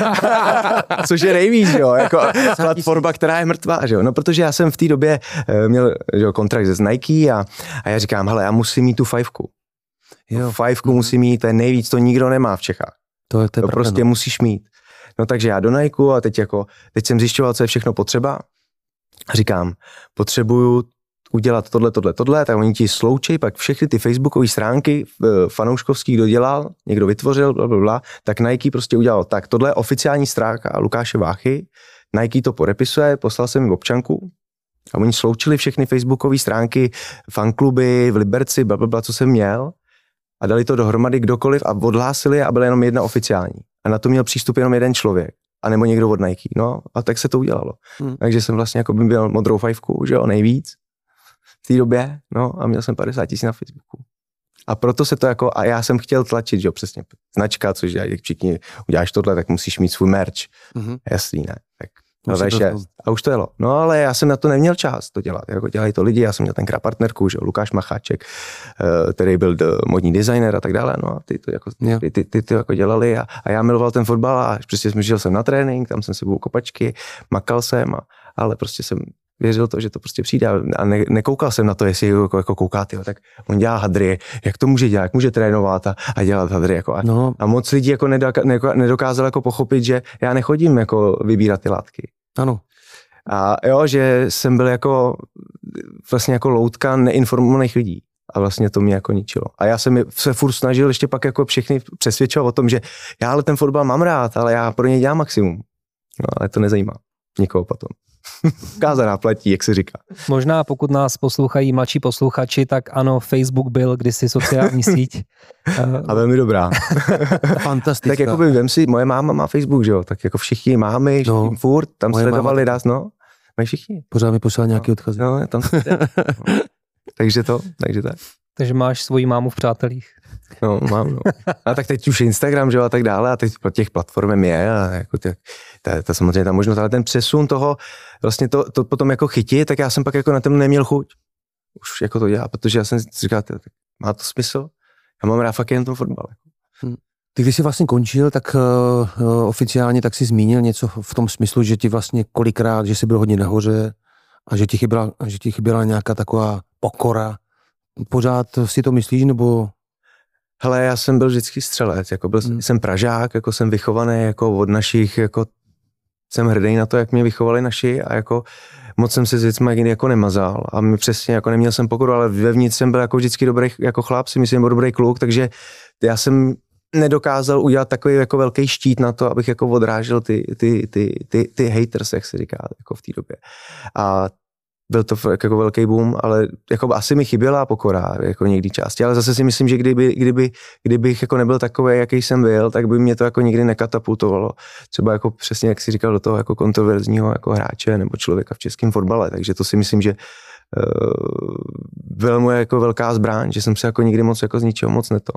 Což je nejvíc, jo, jako platforma, která je mrtvá, že jo. No protože já jsem v té době měl že jo, kontrakt s Nike a, a já říkám, hele, já musím mít tu fajfku. Jo, fajfku musím mít, to je nejvíc, to nikdo nemá v Čechách. To, je to, to prostě no. musíš mít. No takže já do Nike a teď jako, teď jsem zjišťoval, co je všechno potřeba. A říkám, potřebuju udělat tohle, tohle, tohle, tak oni ti sloučí, pak všechny ty facebookové stránky fanouškovský dodělal, někdo vytvořil, blablabla, tak Nike prostě udělal tak, tohle je oficiální stránka Lukáše Váchy, Nike to podepisuje, poslal jsem jim občanku a oni sloučili všechny facebookové stránky, fankluby v Liberci, blablabla, co jsem měl a dali to dohromady kdokoliv a odhlásili a byla jenom jedna oficiální. A na to měl přístup jenom jeden člověk. A nebo někdo od Nike. No a tak se to udělalo. Hmm. Takže jsem vlastně jako by měl modrou fajfku, že jo, nejvíc v té době, no a měl jsem padesát tisíc na Facebooku. A proto se to jako, a já jsem chtěl tlačit, že jo, přesně, značka, což jak všichni uděláš tohle, tak musíš mít svůj merch. Mm-hmm. Jasný, ne? Tak no, V šest. A už to jelo. No ale já jsem na to neměl čas to dělat, jako dělají to lidi, já jsem měl tenkrát partnerku, že jo, Lukáš Macháček, který byl modní designer a tak dále, no a ty to jako, ty, ty, ty to jako dělali a, a já miloval ten fotbal a prostě jsem žil jsem na trénink, tam jsem si byl kopačky, makal jsem, a, ale prostě jsem věřil to, že to prostě přijde a ne, nekoukal jsem na to, jestli jako, jako kouká, tyjo, tak on dělá hadry, jak to může dělat, jak může trénovat a, a dělat hadry. Jako a, no. a moc lidí jako nedokázal jako pochopit, že já nechodím jako vybírat ty látky. Ano. A jo, že jsem byl jako vlastně jako loutka neinformovaných lidí. A vlastně to mě jako ničilo. A já jsem se furt snažil ještě pak jako všechny přesvědčovat o tom, že já ale ten fotbal mám rád, ale já pro něj dělám maximum. No, ale to nezajímá nikoho potom. Kázaná platí, jak se říká. Možná pokud nás poslouchají mladší posluchači, tak ano, Facebook byl kdysi sociální síť. A velmi dobrá. Fantastická. Tak jako by vem si, moje máma má Facebook, že jo, tak jako všichni máme, všichni no, furt, tam sledovali nás, no, mají všichni. Pořád mi poslal nějaký odkazy. No, tam takže to, takže tak. Takže máš svoji mámu v přátelích. No, mám, no. A tak teď už Instagram, že jo, a tak dále, a teď těch platformem je, a jako těch, ta, ta samozřejmě ta možnost, ale ten přesun toho, vlastně to, to potom jako chytit, tak já jsem pak jako na tom neměl chuť. Už jako to dělá, protože já jsem si říkal, tak má to smysl? Já mám rád fakt jen ten fotbal. Hmm. Ty, když jsi vlastně končil, tak uh, oficiálně tak si zmínil něco v tom smyslu, že ti vlastně kolikrát, že jsi byl hodně nahoře a že ti chyběla, že ti chyběla nějaká taková pokora. Pořád si to myslíš, nebo... Hele, já jsem byl vždycky střelec, jako byl hmm. jsem Pražák, jako jsem vychovaný jako od našich jako jsem hrdý na to, jak mě vychovali naši a jako moc jsem se s věcmi nikdy jako nemazal a my přesně jako neměl jsem pokoru, ale vevnitř jsem byl jako vždycky dobrý jako chlap, si myslím, byl dobrý kluk, takže já jsem nedokázal udělat takový jako velký štít na to, abych jako odrážel ty, ty, ty, ty, ty haters, jak se říká, jako v té době. A byl to jako velký boom, ale jako asi mi chyběla pokora jako někdy části, ale zase si myslím, že kdyby, kdyby, kdybych jako nebyl takový, jaký jsem byl, tak by mě to jako nikdy nekatapultovalo. Třeba jako přesně, jak jsi říkal, do toho jako kontroverzního jako hráče nebo člověka v českém fotbale, takže to si myslím, že uh, byla moje jako velká zbraň, že jsem se jako nikdy moc jako z ničeho moc neto.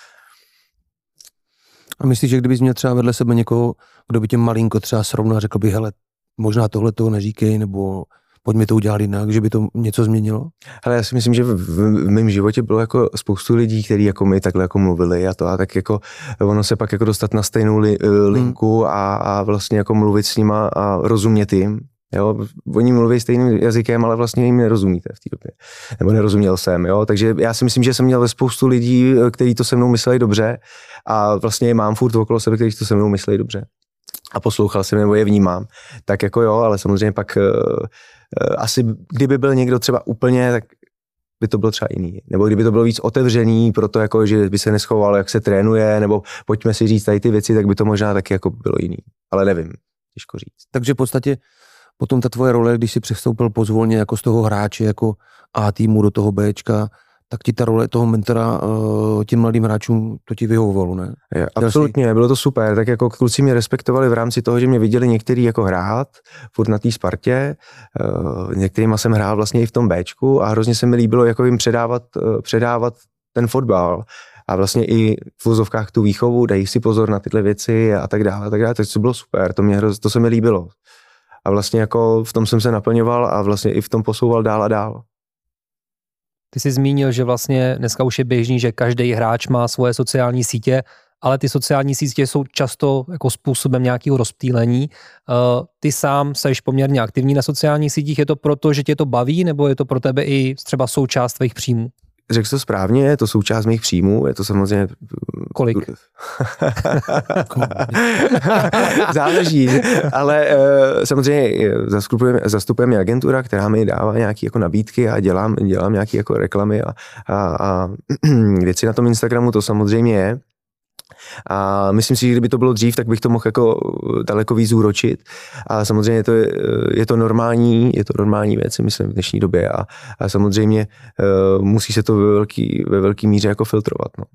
A myslíš, že kdybys měl třeba vedle sebe někoho, kdo by tě malinko třeba srovnal, řekl by, hele, možná tohle toho neříkej, nebo pojďme to udělat jinak, že by to něco změnilo? Ale já si myslím, že v, v, v mém životě bylo jako spoustu lidí, kteří jako my takhle jako mluvili a to a tak jako ono se pak jako dostat na stejnou li, linku hmm. a, a vlastně jako mluvit s nima a rozumět jim. Jo, oni mluví stejným jazykem, ale vlastně jim nerozumíte v té době. Nebo nerozuměl jsem, jo. Takže já si myslím, že jsem měl spoustu lidí, kteří to se mnou mysleli dobře a vlastně je mám furt okolo sebe, kteří to se mnou mysleli dobře. A poslouchal jsem nebo je vnímám. Tak jako jo, ale samozřejmě pak uh, asi kdyby byl někdo třeba úplně, tak by to bylo třeba jiný. Nebo kdyby to bylo víc otevřený, proto jako, že by se neschoval, jak se trénuje, nebo pojďme si říct tady ty věci, tak by to možná taky jako bylo jiný. Ale nevím, těžko říct. Takže v podstatě potom ta tvoje role, když jsi přestoupil pozvolně jako z toho hráče, jako A týmu do toho Bčka, tak ti ta role toho mentora uh, těm mladým hráčům, to ti vyhovovalo, ne? Je, absolutně, bylo to super. Tak jako kluci mě respektovali v rámci toho, že mě viděli některý jako hrát, furt na té Spartě, uh, některýma jsem hrál vlastně i v tom Bčku a hrozně se mi líbilo jako jim předávat, uh, předávat ten fotbal a vlastně i v vozovkách tu výchovu, dají si pozor na tyhle věci a tak dále, a tak dále. Takže to bylo super, to, mě hroz, to se mi líbilo. A vlastně jako v tom jsem se naplňoval a vlastně i v tom posouval dál a dál. Ty jsi zmínil, že vlastně dneska už je běžný, že každý hráč má svoje sociální sítě, ale ty sociální sítě jsou často jako způsobem nějakého rozptýlení. Ty sám seš poměrně aktivní na sociálních sítích, je to proto, že tě to baví, nebo je to pro tebe i třeba součást tvých příjmů? Řekl jsi to správně, je to součást mých příjmů, je to samozřejmě... Kolik? Záleží, ale uh, samozřejmě zastupujeme, zastupujeme agentura, která mi dává nějaké jako nabídky a dělám, dělám nějaké jako reklamy a, a, a věci na tom Instagramu, to samozřejmě je. A myslím si, že kdyby to bylo dřív, tak bych to mohl jako daleko víc úročit. A samozřejmě to je, je to normální, je to normální věc, myslím, v dnešní době. A, a samozřejmě uh, musí se to ve velký, ve velký míře jako filtrovat. No.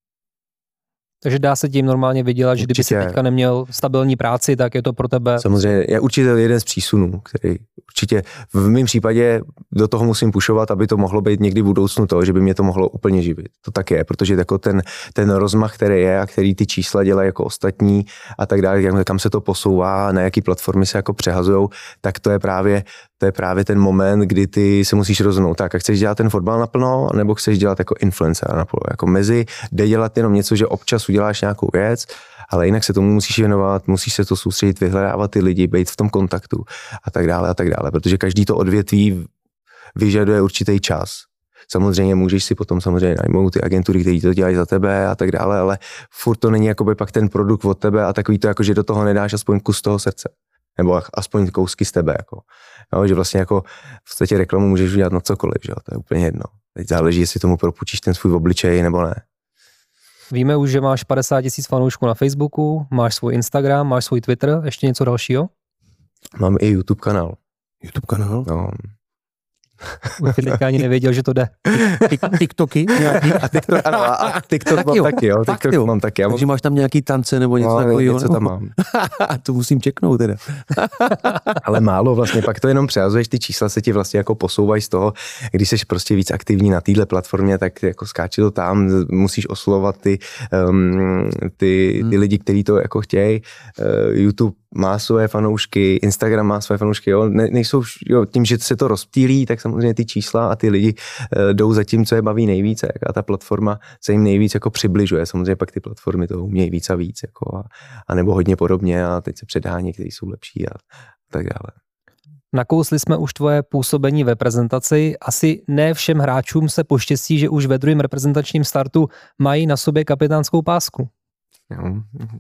Takže dá se tím normálně vydělat, že kdyby si teďka neměl stabilní práci, tak je to pro tebe... Samozřejmě, je určitě jeden z přísunů, který určitě v mém případě do toho musím pušovat, aby to mohlo být někdy v budoucnu to, že by mě to mohlo úplně živit. To tak je, protože jako ten, ten rozmach, který je a který ty čísla dělají jako ostatní a tak dále, kam se to posouvá, na jaký platformy se jako přehazujou, tak to je právě to je právě ten moment, kdy ty se musíš rozhodnout, tak a chceš dělat ten fotbal naplno, nebo chceš dělat jako influencer naplno, jako mezi, jde dělat jenom něco, že občas uděláš nějakou věc, ale jinak se tomu musíš věnovat, musíš se to soustředit, vyhledávat ty lidi, být v tom kontaktu a tak dále a tak dále, protože každý to odvětví vyžaduje určitý čas. Samozřejmě můžeš si potom samozřejmě najmout ty agentury, které to dělají za tebe a tak dále, ale furt to není jakoby pak ten produkt od tebe a takový to, jako, že do toho nedáš aspoň kus toho srdce. Nebo aspoň kousky z tebe. Jako. Jo, že vlastně jako v podstatě reklamu můžeš udělat na cokoliv, že jo? To je úplně jedno. Teď záleží, jestli tomu propůjčíš ten svůj obličej nebo ne. Víme už, že máš padesát tisíc fanoušků na Facebooku, máš svůj Instagram, máš svůj Twitter, ještě něco dalšího? Mám i YouTube kanál. YouTube kanál? No. Už teďka ani nevěděl, že to jde. TikToky? A TikTok, ano, a TikTok taky mám jo, taky, jo. TikTok jo. mám taky. Já Takže máš tam nějaký tance nebo něco no, takového? Něco tam mám. To musím čeknout teda. Ale málo vlastně, pak to jenom přehazuješ, ty čísla se ti vlastně jako posouvají z toho, když jsi prostě víc aktivní na téhle platformě, tak jako skáče to tam, musíš oslovovat ty, um, ty, ty lidi, kteří to jako chtějí. Uh, YouTube má své fanoušky, Instagram má své fanoušky, jo, ne, nejsou, jo, tím, že se to rozptýlí, tak samozřejmě ty čísla a ty lidi uh, jdou za tím, co je baví nejvíce, a ta platforma se jim nejvíc jako přibližuje, samozřejmě pak ty platformy to umějí víc a víc, jako a, a nebo hodně podobně a teď se předhání, které jsou lepší a, a tak dále. Nakousli jsme už tvoje působení ve reprezentaci. Asi ne všem hráčům se poštěstí, že už ve druhém reprezentačním startu mají na sobě kapitánskou pásku. Jo.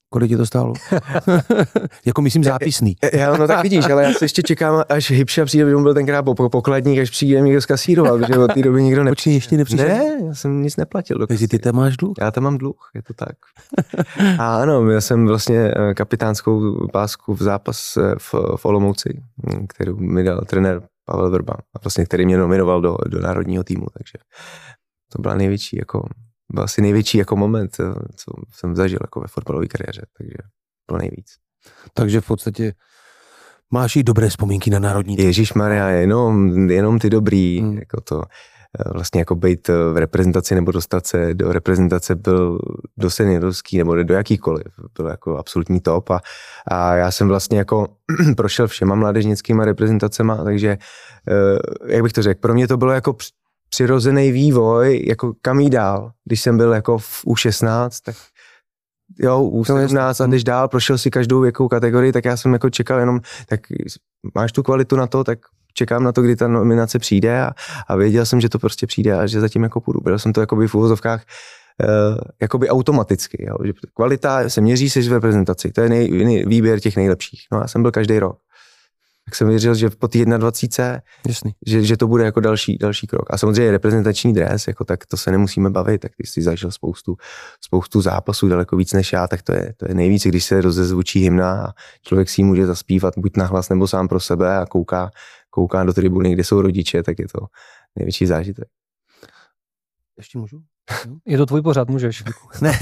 Kolik ti to stálo? Jako myslím zápisný. Já, no tak vidíš, ale já se ještě čekám, až Hybša přijde, protože on byl tenkrát po pokladník, až přijde někdo zkasírovat, protože od té doby nikdo ne... Počkej, ještě nepřišel? Ne, já jsem nic neplatil. Takže ty tam máš dluh? Já tam mám dluh, je to tak. A ano, já jsem vlastně kapitánskou pásku v zápas v, v Olomouci, kterou mi dal trenér Pavel Vrba, a vlastně který mě nominoval do, do národního týmu, takže to byla největší, jako, byl asi největší jako moment, co jsem zažil jako ve fotbalové kariéře, takže bylo nejvíc. Takže v podstatě máš i dobré vzpomínky na národní tým. Ježišmarja, jenom, jenom ty dobrý, hmm. jako to, vlastně jako být v reprezentaci nebo dostat se do reprezentace byl do seniorský nebo do jakýkoliv, byl jako absolutní top a, a já jsem vlastně jako prošel všema mládežnickýma reprezentacema, takže jak bych to řekl, pro mě to bylo jako přirozený vývoj, jako kam jít dál, když jsem byl jako v U šestnáct, tak jo, U sedmnáct a když dál, prošel si každou věkovou kategorii, tak já jsem jako čekal jenom, tak máš tu kvalitu na to, tak čekám na to, kdy ta nominace přijde a, a věděl jsem, že to prostě přijde a že zatím jako půjdu. Byl jsem to jakoby v uvozovkách uh, jakoby automaticky, jo, že kvalita se měří se v reprezentaci, to je nej, nej, výběr těch nejlepších. No já jsem byl každý rok. Tak jsem věřil, že po té dvacítce jedna, že, že to bude jako další, další krok. A samozřejmě reprezentační dres, jako tak to se nemusíme bavit, tak ty jsi zažil spoustu, spoustu zápasů, daleko víc než já, tak to je, to je nejvíc, když se rozezvučí hymna a člověk si ji může zaspívat buď nahlas nebo sám pro sebe a kouká, kouká do tribuny, kde jsou rodiče, tak je to největší zážitek. Ještě můžu? Je to tvůj pořad, můžeš. Ne.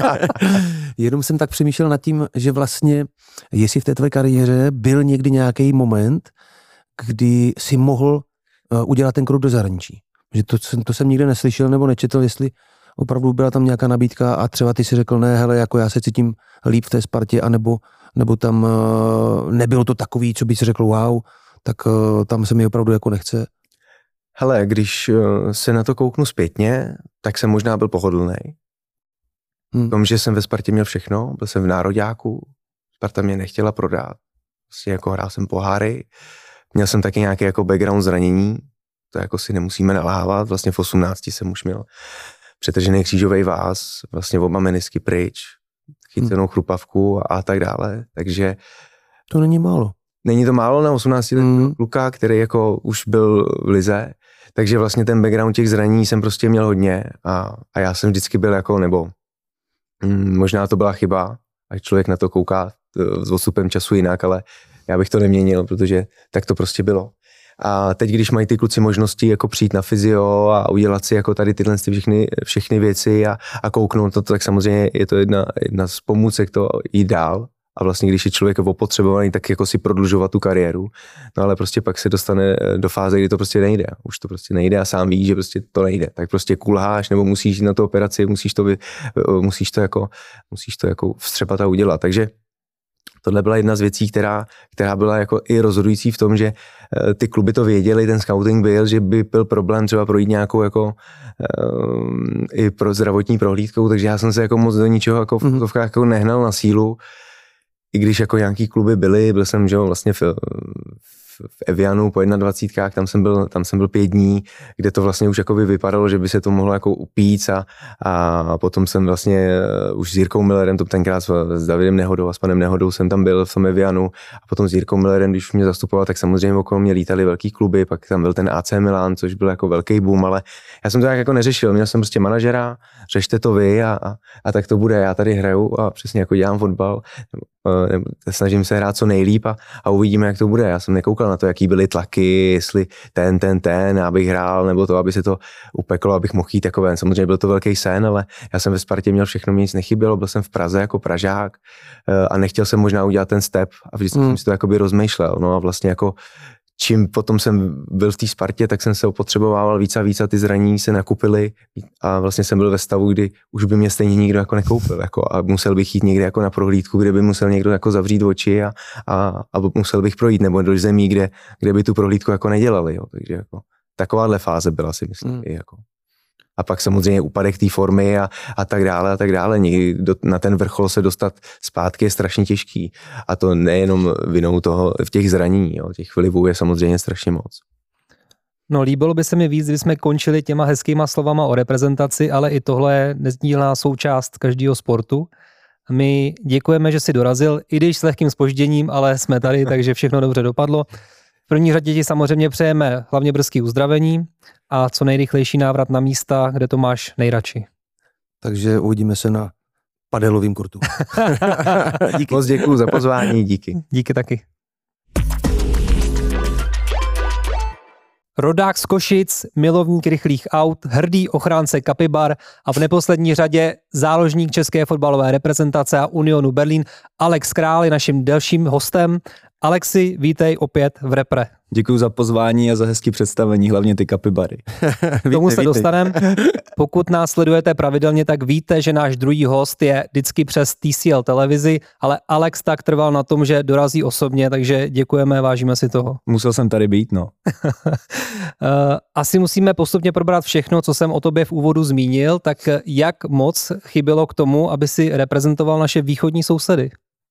Jenom jsem tak přemýšlel nad tím, že vlastně, jestli v té tvé kariéře byl někdy nějaký moment, kdy si mohl udělat ten krok do zahraničí. Že to, to jsem nikde neslyšel nebo nečetl, jestli opravdu byla tam nějaká nabídka a třeba ty si řekl, ne, hele, jako já se cítím líp v té Spartě, anebo, nebo tam nebylo to takový, co bys řekl, wow, tak tam se mi opravdu jako nechce. Hele, když se na to kouknu zpětně, tak jsem možná byl pohodlnej. Hmm. V tom, že jsem ve Spartě měl všechno, byl jsem v nároďáku, Sparta mě nechtěla prodat, vlastně jako hrál jsem poháry, měl jsem taky nějaký jako background zranění, to jako si nemusíme nalávat, vlastně v osmnácti jsem už měl přetržený křížový váz, vlastně oba menisky pryč, chycenou hmm. chrupavku a, a tak dále, takže... To není málo. Není to málo na osmnáctiletého mm. kluka, který jako už byl v lize, takže vlastně ten background těch zranění jsem prostě měl hodně a, a já jsem vždycky byl jako, nebo mm, možná to byla chyba, ať člověk na to kouká s odstupem času jinak, ale já bych to neměnil, protože tak to prostě bylo. A teď, když mají ty kluci možnosti jako přijít na fyzio a udělat si jako tady tyhle všechny, všechny věci a, a kouknout to, tak samozřejmě je to jedna, jedna z pomůcek to jít dál. A vlastně, když je člověk opotřebovaný, tak jako si prodlužovat tu kariéru. No ale prostě pak se dostane do fáze, kdy to prostě nejde. Už to prostě nejde a sám ví, že prostě to nejde. Tak prostě kulháš nebo musíš jít na tu operaci, musíš to, musíš to jako, musíš to jako vstřebat a udělat. Takže tohle byla jedna z věcí, která, která byla jako i rozhodující v tom, že ty kluby to věděli, ten scouting byl, že by byl problém třeba projít nějakou jako um, i pro zdravotní prohlídkou, takže já jsem se jako moc do ničeho jako v mm-hmm. jako nehnal na sílu. I když jako nějaký kluby byly, byl jsem že vlastně v, v Evianu po dvacítkách, tam jsem byl, tam jsem byl pět dní, kde to vlastně už jako by vypadalo, že by se to mohlo jako upít a, a potom jsem vlastně už s Jirkou Millerem, to tenkrát s Davidem Nehodou a s panem Nehodou jsem tam byl v tom Evianu a potom s Jirkou Millerem, když už mě zastupoval, tak samozřejmě okolo mě lítali velký kluby, pak tam byl ten A C Milan, což byl jako velký boom, ale já jsem to tak jako neřešil, měl jsem prostě manažera, řešte to vy a, a, a tak to bude, já tady hraju a přesně jako dělám fotbal, snažím se hrát co nejlíp a, a uvidíme, jak to bude. Já jsem nekoukal na to, jaký byly tlaky, jestli ten, ten, ten, abych hrál, nebo to, aby se to upeklo, abych mohl jít takové. Samozřejmě byl to velký sen, ale já jsem ve Spartě měl všechno, mě nic nechybělo, byl jsem v Praze jako Pražák a nechtěl jsem možná udělat ten step a vždycky hmm. jsem si to jakoby rozmýšlel. No a vlastně jako čím potom jsem byl v té Spartě, tak jsem se opotřebovával víc a víc a ty zranění se nakupily a vlastně jsem byl ve stavu, kdy už by mě stejně nikdo jako nekoupil jako a musel bych jít někde jako na prohlídku, kde by musel někdo jako zavřít oči a, a, a musel bych projít nebo do zemí, kde, kde by tu prohlídku jako nedělali. Jo. Takže jako takováhle fáze byla, si myslím. Mm. I jako. A pak samozřejmě úpadek té formy a, a tak dále a tak dále. Někdy do, na ten vrchol se dostat zpátky je strašně těžký. A to nejenom vinou toho v těch zranění. Jo. Těch vlivů je samozřejmě strašně moc. No, líbilo by se mi víc, kdybychom končili těma hezkýma slovama o reprezentaci, ale i tohle je nezdílná součást každého sportu. My děkujeme, že jsi dorazil, i když s lehkým zpožděním, ale jsme tady, takže všechno dobře dopadlo. V první řadě ti samozřejmě přejeme hlavně brzký uzdravení a co nejrychlejší návrat na místa, kde to máš nejradši. Takže uvidíme se na padelovým kurtu. Díky. Moc děkuju za pozvání, díky. Díky taky. Rodák z Košic, milovník rychlých aut, hrdý ochránce Kapibar a v neposlední řadě záložník české fotbalové reprezentace a Unionu Berlín Alex Král je naším dalším hostem. Alexi, vítej opět v Repre. Děkuji za pozvání a za hezký představení, hlavně ty kapibary. K tomu se dostaneme. Pokud nás sledujete pravidelně, tak víte, že náš druhý host je vždycky přes T C L televizi, ale Alex tak trval na tom, že dorazí osobně, takže děkujeme, vážíme si toho. Musel jsem tady být, no. Asi musíme postupně probrat všechno, co jsem o tobě v úvodu zmínil, tak jak moc chybělo k tomu, aby si reprezentoval naše východní sousedy?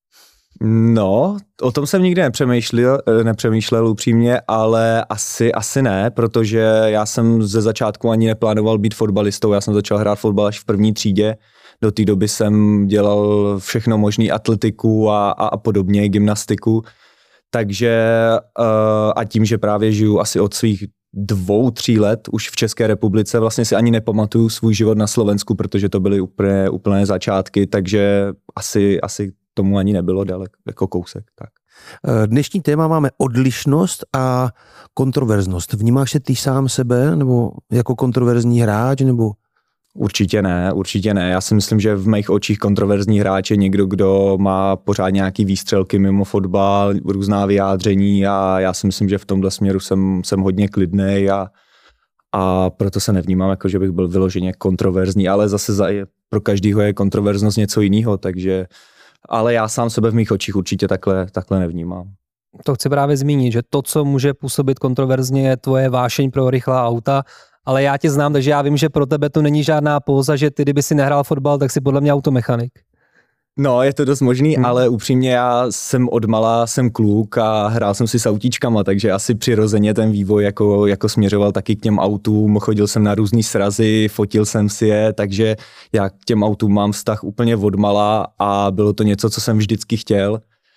No, o tom jsem nikdy nepřemýšlel, nepřemýšlel upřímně, ale asi, asi ne, protože já jsem ze začátku ani neplánoval být fotbalistou, já jsem začal hrát fotbal až v první třídě, do té doby jsem dělal všechno možný, atletiku a, a, a podobně, gymnastiku, takže a tím, že právě žiju asi od svých dvou, tří let už v České republice, vlastně si ani nepamatuju svůj život na Slovensku, protože to byly úplně, úplné začátky, takže asi, asi tomu ani nebylo daleko, jako kousek. Tak. Dnešní téma máme odlišnost a kontroverznost. Vnímáš se ty sám sebe nebo jako kontroverzní hráč? Nebo? Určitě ne, určitě ne. Já si myslím, že v mých očích kontroverzní hráč je někdo, kdo má pořád nějaký výstřelky mimo fotbal, různá vyjádření a já si myslím, že v tomhle směru jsem, jsem hodně klidnej a, a proto se nevnímám, jako že bych byl vyloženě kontroverzní, ale zase za, pro každýho je kontroverznost něco jiného, takže ale já sám sebe v mých očích určitě takhle, takhle nevnímám. To chci právě zmínit, že to, co může působit kontroverzně, je tvoje vášeň pro rychlá auta, ale já tě znám, takže já vím, že pro tebe to není žádná póza, že ty, kdyby si nehrál fotbal, tak si podle mě automechanik. No, je to dost možný, hmm. ale upřímně já jsem odmala, jsem kluk a hrál jsem si s autíčkama, takže asi přirozeně ten vývoj jako, jako směřoval taky k těm autům, chodil jsem na různý srazy, fotil jsem si je, takže já k těm autům mám vztah úplně odmala a bylo to něco, co jsem vždycky chtěl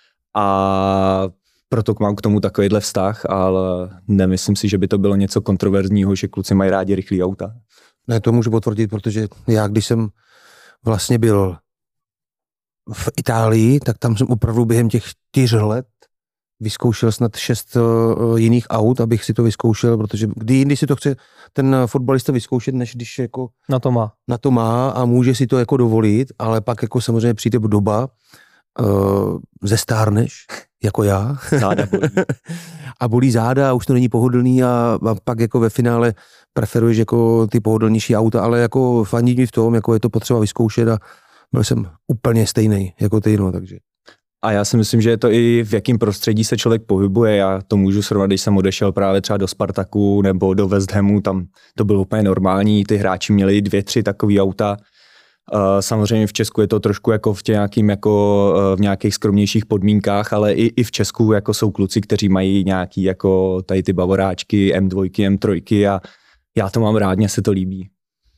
a proto mám k tomu takovýhle vztah, ale nemyslím si, že by to bylo něco kontroverzního, že kluci mají rádi rychlý auta. Ne, to můžu potvrdit, protože já, když jsem vlastně byl v Itálii, tak tam jsem opravdu během těch čtyř let vyzkoušel snad šest uh, jiných aut, abych si to vyzkoušel, protože kdy jindy si to chce ten fotbalista vyzkoušet, než když jako na to má. Na to má a může si to jako dovolit, ale pak jako samozřejmě přijde doba, uh, zestárneš, jako já. Záda bolí. A bolí záda a už to není pohodlný a, a pak jako ve finále preferuješ jako ty pohodlnější auta, ale jako fandí mi v tom, jako je to potřeba vyzkoušet a byl jsem úplně stejný jako ty, no, takže. A já si myslím, že je to i v jakém prostředí se člověk pohybuje. Já to můžu srovnat, když jsem odešel právě třeba do Spartaku nebo do West Hamu, tam to bylo úplně normální, ty hráči měli dvě, tři takový auta. Samozřejmě v Česku je to trošku jako v, nějakým, jako v nějakých skromnějších podmínkách, ale i, i v Česku jako jsou kluci, kteří mají nějaký jako tady ty bavoráčky, M dva, M tři a já to mám rád, mně se to líbí.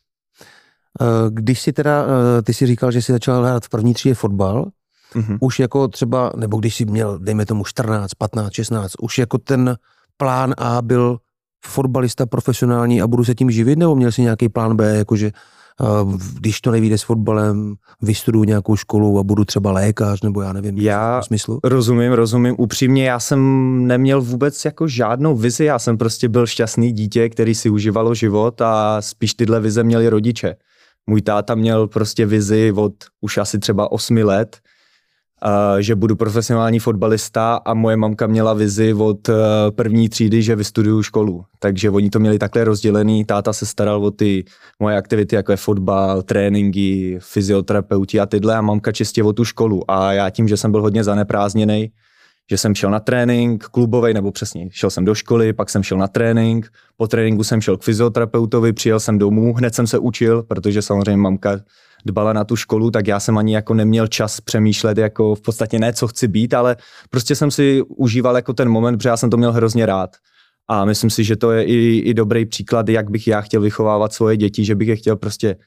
Když si teda, ty si říkal, že jsi začal hrát v první třídě fotbal, mm-hmm. už jako třeba, nebo když jsi měl, dejme tomu čtrnáct, patnáct, šestnáct, už jako ten plán A byl fotbalista profesionální a budu se tím živit, nebo měl jsi nějaký plán B, jakože když to nevyjde s fotbalem, vystuduju nějakou školu a budu třeba lékař, nebo já nevím, já v smyslu? rozumím, rozumím. Upřímně, já jsem neměl vůbec jako žádnou vizi, já jsem prostě byl šťastný dítě, který si užívalo život a spíš tyhle vize měli rodiče. Můj táta měl prostě vizi od už asi třeba osmi let, uh, že budu profesionální fotbalista a moje mamka měla vizi od uh, první třídy, že vystuduju školu. Takže oni to měli takhle rozdělený, táta se staral o ty moje aktivity, jako je fotbal, tréninky, fyzioterapeuti a tyhle a mamka čistě o tu školu. A já tím, že jsem byl hodně zaneprázdněnej, že jsem šel na trénink klubovej, nebo přesně, šel jsem do školy, pak jsem šel na trénink, po tréninku jsem šel k fyzioterapeutovi, přijel jsem domů, hned jsem se učil, protože samozřejmě mamka dbala na tu školu, tak já jsem ani jako neměl čas přemýšlet, jako v podstatě ne, co chci být, ale prostě jsem si užíval jako ten moment, protože já jsem to měl hrozně rád. A myslím si, že to je i, i dobrý příklad, jak bych já chtěl vychovávat svoje děti, že bych je chtěl prostě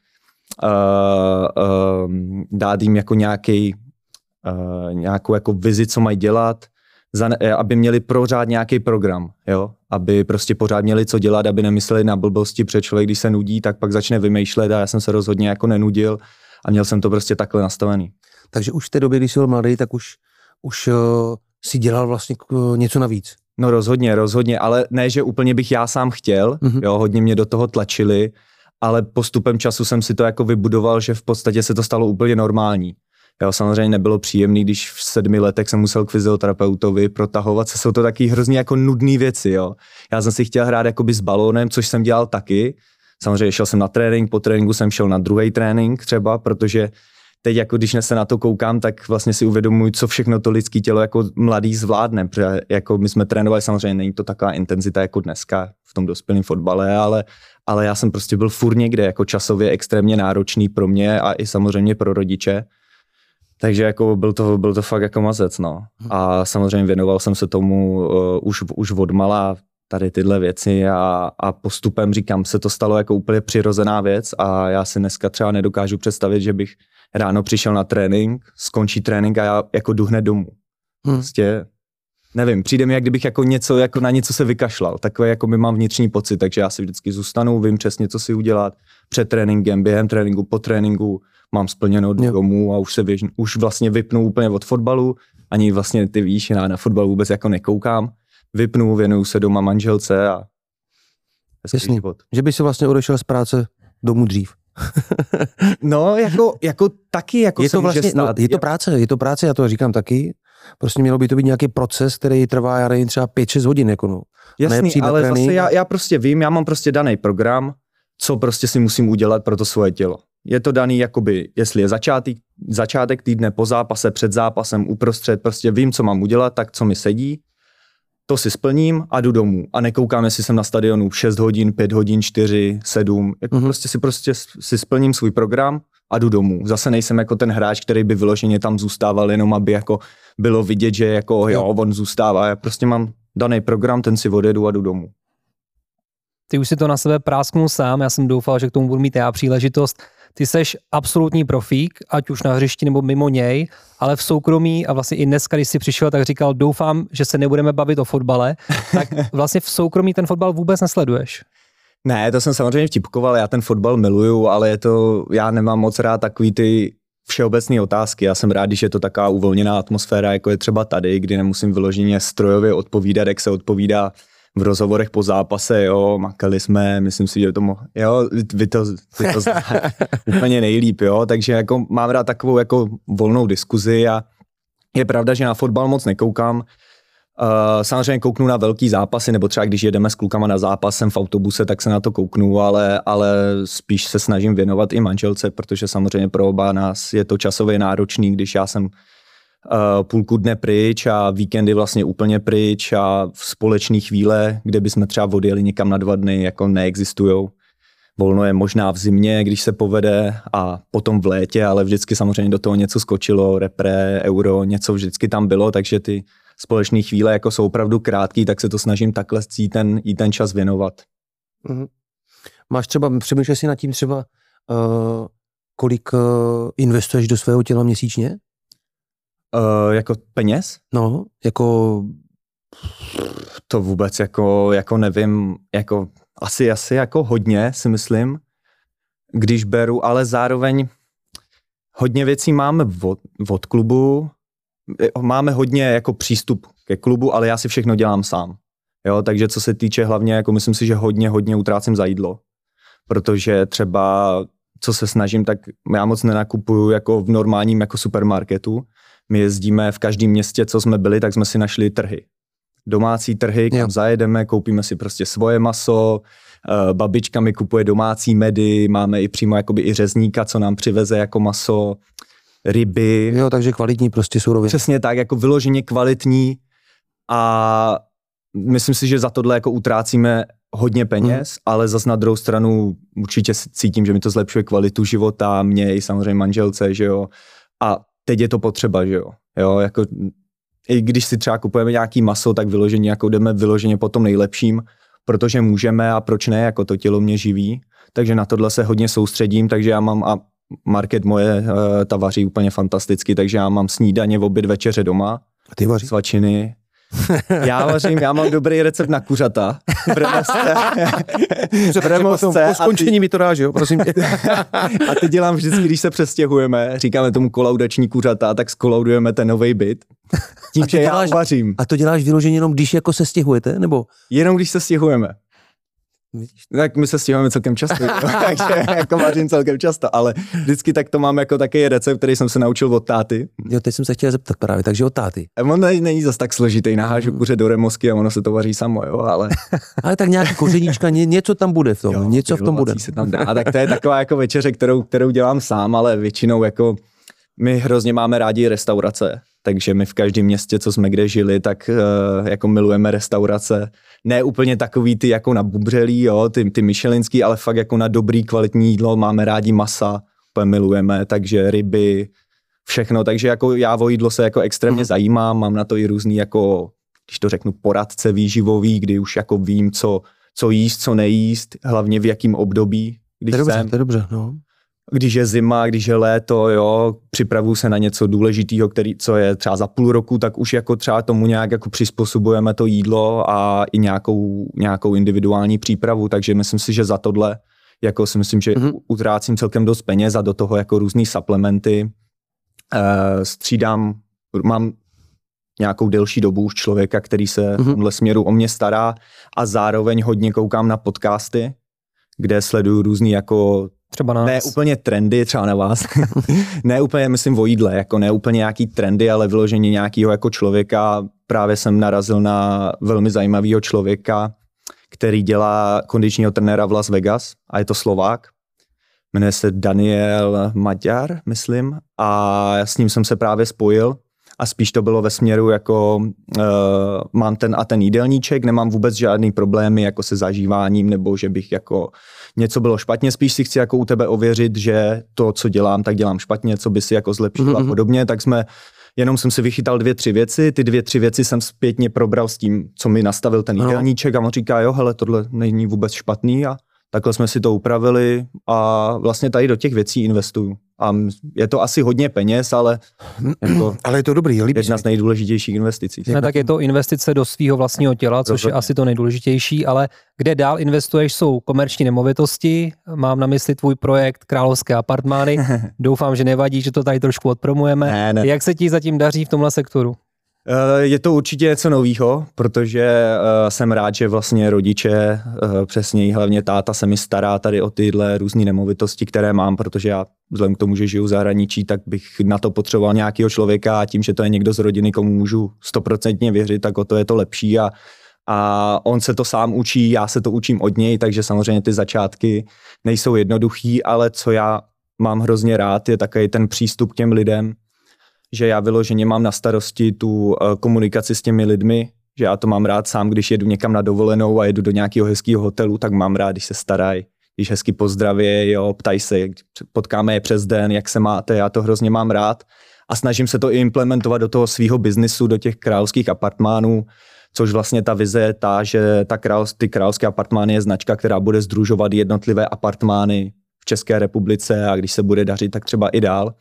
uh, dát jim jako nějaký, uh, nějakou jako vizi, co mají dělat, za, aby měli pořád nějaký program, jo? Aby prostě pořád měli co dělat, aby nemysleli na blbosti, protože člověk, když se nudí, tak pak začne vymýšlet a já jsem se rozhodně jako nenudil a měl jsem to prostě takhle nastavený. Takže už v té době, když jsi byl mladý, tak už, už uh, si dělal vlastně uh, něco navíc. No rozhodně, rozhodně, ale ne, že úplně bych já sám chtěl, mm-hmm. jo, hodně mě do toho tlačili, ale postupem času jsem si to jako vybudoval, že v podstatě se to stalo úplně normální. Jo, samozřejmě nebylo příjemný, když v sedmi letech jsem musel k fyzioterapeutovi protahovat se, jsou to taky hrozně jako nudné věci, jo. Já jsem si chtěl hrát jakoby s balónem, což jsem dělal taky. Samozřejmě šel jsem na trénink, po tréninku jsem šel na druhý trénink třeba, protože teď jako když se na to koukám, tak vlastně si uvědomuji, co všechno to lidské tělo jako mladý zvládne, protože jako my jsme trénovali, samozřejmě není to taková intenzita jako dneska v tom dospělém fotbale, ale, ale já jsem prostě byl furt někde jako časově extrémně náročný pro mě a i samozřejmě pro rodiče. Takže jako byl to, byl to fakt jako mazec, no. A samozřejmě věnoval jsem se tomu uh, už, už odmala tady tyhle věci a, a postupem, říkám, se to stalo jako úplně přirozená věc a já si dneska třeba nedokážu představit, že bych ráno přišel na trénink, skončí trénink a já jako jdu hned domů. Hmm. Prostě, nevím, přijde mi, jak kdybych jako něco, jako na něco se vykašlal. Takové jako my mám vnitřní pocit, takže já si vždycky zůstanu, vím přesně, co si udělat před tréninkem, během tréninku, po tréninku, mám splněno do domů a už se věž, už vlastně vypnu úplně od fotbalu, ani vlastně ty víš, já na fotbal vůbec jako nekoukám, vypnu, věnuju se doma manželce a jasný, život. Že by si vlastně odešel z práce domů dřív. No, jako, jako taky, jako je se to vlastně, může stát. No, je to práce, je to práce, já to říkám taky. Prostě mělo by to být nějaký proces, který trvá, já nevím, třeba pět šest hodin, jako no. Jasný, ale trénink. Zase já, já prostě vím, já mám prostě daný program, co prostě si musím udělat pro to svoje tělo. Je to daný, jakoby, jestli je začátek, začátek týdne, po zápase, před zápasem, uprostřed, prostě vím, co mám udělat, tak co mi sedí, to si splním a jdu domů. A nekoukám, jestli jsem na stadionu šest hodin, pět hodin, čtyři, sedm, jako mm-hmm. prostě si prostě si splním svůj program a jdu domů. Zase nejsem jako ten hráč, který by vyloženě tam zůstával, jenom aby jako bylo vidět, že jako jo, on zůstává. Já prostě mám daný program, ten si odjedu a jdu domů. Ty už si to na sebe prásknul sám, já jsem doufal, že k tomu budu mít já příležitost. Ty seš absolutní profík, ať už na hřišti nebo mimo něj, ale v soukromí a vlastně i dneska, když jsi přišel, tak říkal, doufám, že se nebudeme bavit o fotbale, tak vlastně v soukromí ten fotbal vůbec nesleduješ. Ne, to jsem samozřejmě vtipkoval, já ten fotbal miluju, ale je to, já nemám moc rád takový ty všeobecné otázky. Já jsem rád, když je to taková uvolněná atmosféra, jako je třeba tady, kdy nemusím vyloženě strojově odpovídat, jak se odpovídá v rozhovorech po zápase, jo, makali jsme, myslím si, že to mo- jo, vy to, vy to znáte úplně nejlíp, jo, takže jako mám rád takovou jako volnou diskuzi a je pravda, že na fotbal moc nekoukám. Uh, samozřejmě kouknu na velký zápasy, nebo třeba když jedeme s klukama na zápas, jsem v autobuse, tak se na to kouknu, ale, ale spíš se snažím věnovat i manželce, protože samozřejmě pro oba nás je to časově náročný, když já jsem Uh, půlku dne pryč a víkendy vlastně úplně pryč a v společné chvíle, kde bychom třeba odjeli někam na dva dny, jako neexistujou. Volno je možná v zimě, když se povede a potom v létě, ale vždycky samozřejmě do toho něco skočilo, repre, euro, něco vždycky tam bylo, takže ty společné chvíle jako jsou opravdu krátký, tak se to snažím takhle jí ten, jí ten čas věnovat. Mm-hmm. Máš třeba, přemýšlel si nad tím třeba, uh, kolik uh, investuješ do svého těla měsíčně? Uh, jako peněz? No, jako... To vůbec jako, jako nevím, jako asi, asi jako hodně si myslím, když beru, ale zároveň hodně věcí máme od, od klubu, máme hodně jako přístup ke klubu, ale já si všechno dělám sám. Jo, takže co se týče hlavně, jako myslím si, že hodně, hodně utrácím za jídlo, protože třeba co se snažím, tak já moc nenakupuju jako v normálním jako supermarketu. My jezdíme v každém městě, co jsme byli, tak jsme si našli trhy. Domácí trhy, kam jo. zajedeme, koupíme si prostě svoje maso, babička mi kupuje domácí medy, máme i přímo jakoby i řezníka, co nám přiveze jako maso, ryby. Jo, takže kvalitní prostě suroviny. Přesně tak, jako vyloženě kvalitní a myslím si, že za tohle jako utrácíme hodně peněz, hmm. ale zas na druhou stranu určitě cítím, že mi to zlepšuje kvalitu života, mě i samozřejmě manželce, že jo. A teď je to potřeba, že jo. Jo, jako i když si třeba kupujeme nějaký maso, tak vyloženě jako jdeme vyloženě po tom nejlepším, protože můžeme a proč ne, jako to tělo mě živí. Takže na tohle se hodně soustředím, takže já mám a Market moje, ta vaří úplně fantasticky, takže já mám snídaně, oběd, večeře doma. A ty vaří? Svačiny. Já vařím, já mám dobrý recept na kuřata. Premosce. Po skončení mi to dáš, jo, prosím tě. A ty dělám vždycky, když se přestěhujeme, říkáme tomu kolaudační kuřata, tak skolaudujeme ten nový byt. Tím, že já vařím. A to děláš vyloženě jenom, když jako se stěhujete, nebo? Jenom když se stěhujeme. Tak my se stěhujeme celkem často, takže jako vařím celkem často, ale vždycky tak to mám jako takový recept, který jsem se naučil od táty. Jo, teď jsem se chtěl zeptat právě, takže od táty. On není, není zas tak složitý, nahážu kuře do remosky a ono se to vaří samo, jo, ale... Ale tak nějaký kořeníčka, ně, něco tam bude v tom, jo, něco v tom bude. Se tam dá. A tak to je taková jako večeře, kterou, kterou dělám sám, ale většinou jako my hrozně máme rádi restaurace. Takže my v každém městě, co jsme kde žili, tak uh, jako milujeme restaurace. Ne úplně takový ty jako na bubřelí, jo, ty, ty michelinský, ale fakt jako na dobrý kvalitní jídlo. Máme rádi masa, úplně milujeme, takže ryby, všechno. Takže jako já o jídlo se jako extrémně zajímám, mám na to i různý jako, když to řeknu, poradce výživový, kdy už jako vím, co, co jíst, co nejíst, hlavně v jakém období, když to je dobře, jsem. to je dobře, no. Když je zima, když je léto, jo, připravuju se na něco důležitého, který, co je třeba za půl roku, tak už jako třeba tomu nějak jako přizpůsobujeme to jídlo a i nějakou, nějakou individuální přípravu, takže myslím si, že za tohle jako si myslím, že mm-hmm. utrácím celkem dost peněz a do toho jako různý suplementy. E, střídám, mám nějakou delší dobu už člověka, který se mm-hmm. v tomhle směru o mě stará a zároveň hodně koukám na podcasty, kde sleduju různý jako třeba na ne nás. Úplně trendy, třeba na vás. Ne úplně, myslím, o jídle, jako ne úplně nějaký trendy, ale vyloženě nějakýho jako člověka. Právě jsem narazil na velmi zajímavého člověka, který dělá kondičního trenéra v Las Vegas a je to Slovák. Jmenuje se Daniel Maďar, myslím, a s ním jsem se právě spojil a spíš to bylo ve směru jako uh, mám ten a ten jídelníček, nemám vůbec žádný problémy jako se zažíváním nebo že bych jako něco bylo špatně, spíš si chci jako u tebe ověřit, že to, co dělám, tak dělám špatně, co by si jako zlepšila a podobně, tak jsme, jenom jsem si vychytal dvě, tři věci, ty dvě, tři věci jsem zpětně probral s tím, co mi nastavil ten jídelníček a on říká, jo, hele, tohle není vůbec špatný a takhle jsme si to upravili a vlastně tady do těch věcí investuju. A je to asi hodně peněz, ale jako ale je to dobrý, líbí jedna z nejdůležitějších investicí. Ne, tak je to investice do svého vlastního těla, což je asi to nejdůležitější, ale kde dál investuješ, jsou komerční nemovitosti, mám na mysli tvůj projekt Královské apartmány, doufám, že nevadí, že to tady trošku odpromujeme. Ne, ne. Jak se ti zatím daří v tomhle sektoru? Je to určitě něco novýho, protože jsem rád, že vlastně rodiče, přesněji hlavně táta se mi stará tady o tyhle různé nemovitosti, které mám, protože já vzhledem k tomu, že žiju v zahraničí, tak bych na to potřeboval nějakého člověka a tím, že to je někdo z rodiny, komu můžu stoprocentně věřit, tak o to je to lepší a, a on se to sám učí, já se to učím od něj, takže samozřejmě ty začátky nejsou jednoduchý, ale co já mám hrozně rád, je takový ten přístup k těm lidem, že já vyloženě mám na starosti tu uh, komunikaci s těmi lidmi, že já to mám rád sám, když jedu někam na dovolenou a jedu do nějakého hezkého hotelu, tak mám rád, když se starají, když hezky pozdraví, jo, ptají se, potkáme je přes den, jak se máte, já to hrozně mám rád a snažím se to i implementovat do toho svého biznisu, do těch královských apartmánů, což vlastně ta vize je ta, že ta král, ty královské apartmány je značka, která bude sdružovat jednotlivé apartmány v České republice a když se bude dařit, tak třeba i dál.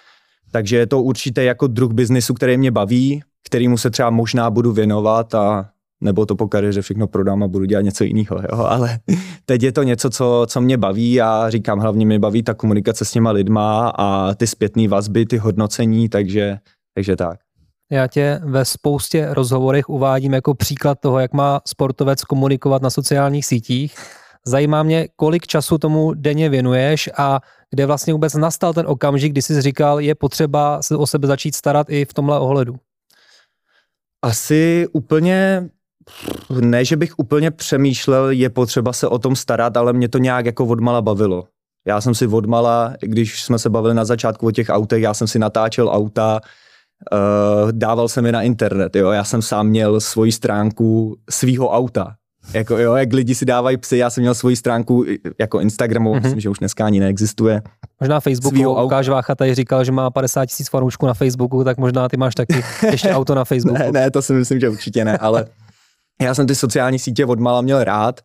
Takže je to určitě jako druh biznisu, který mě baví, kterýmu se třeba možná budu věnovat a nebo to po kariéře všechno prodám a budu dělat něco jiného, jo? Ale teď je to něco, co, co mě baví a říkám, hlavně mě baví ta komunikace s těma lidma a ty zpětné vazby, ty hodnocení, takže, takže tak. Já tě ve spoustě rozhovorech uvádím jako příklad toho, jak má sportovec komunikovat na sociálních sítích. Zajímá mě, kolik času tomu denně věnuješ a kde vlastně vůbec nastal ten okamžik, kdy jsi říkal, je potřeba se o sebe začít starat i v tomhle ohledu. Asi úplně, ne, že bych úplně přemýšlel, je potřeba se o tom starat, ale mě to nějak jako odmala bavilo. Já jsem si odmala, když jsme se bavili na začátku o těch autech, já jsem si natáčel auta, uh, dával jsem je na internet, jo, já jsem sám měl svoji stránku svýho auta. Jako jo, jak lidi si dávají psy, já jsem měl svoji stránku jako Instagramu, mm-hmm. myslím, že už dneska ani neexistuje. Možná Facebooku, Lukáš Vácha tady říkal, že má padesát tisíc fanoušků na Facebooku, tak možná ty máš taky ještě auto na Facebooku. Ne, ne, to si myslím, že určitě ne, ale já jsem ty sociální sítě odmala měl rád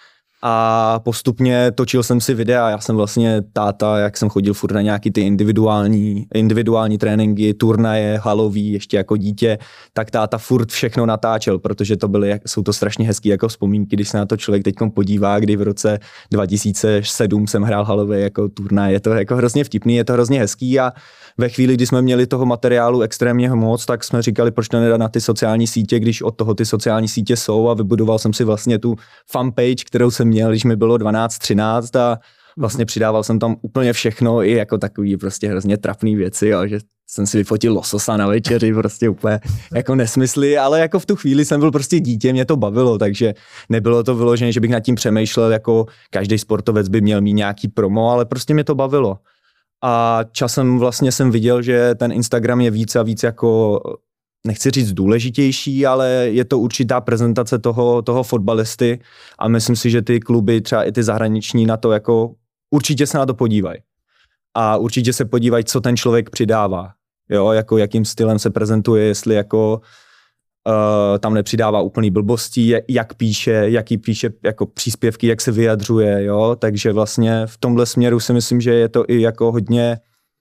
a postupně točil jsem si videa, já jsem vlastně táta, jak jsem chodil furt na nějaký ty individuální, individuální tréninky, turnaje, halový, ještě jako dítě, tak táta furt všechno natáčel, protože to byly, jsou to strašně hezký jako vzpomínky, když se na to člověk teďkom podívá, kdy v roce dva tisíce sedm jsem hrál halový jako turnaj, je to jako hrozně vtipný, je to hrozně hezký a ve chvíli, kdy jsme měli toho materiálu extrémně moc, tak jsme říkali, proč to nedat na ty sociální sítě, když od toho ty sociální sítě jsou a vybudoval jsem si vlastně tu fanpage, kterou jsem měl, když mi bylo dvanáct třináct a vlastně přidával jsem tam úplně všechno i jako takový prostě hrozně trapný věci, jo, že jsem si vyfotil lososa na večeři, prostě úplně jako nesmysly, ale jako v tu chvíli jsem byl prostě dítě, mě to bavilo, takže nebylo to vyložené, že bych nad tím přemýšlel, jako každý sportovec by měl mít nějaký promo, ale prostě mě to bavilo. A časem vlastně jsem viděl, že ten Instagram je víc a víc jako, nechci říct důležitější, ale je to určitá prezentace toho, toho fotbalisty a myslím si, že ty kluby, třeba i ty zahraniční na to jako určitě se na to podívají. A určitě se podívají, co ten člověk přidává. Jo, jako jakým stylem se prezentuje, jestli jako uh, tam nepřidává úplný blbostí, jak píše, jaký píše jako příspěvky, jak se vyjadřuje, jo, takže vlastně v tomhle směru si myslím, že je to i jako hodně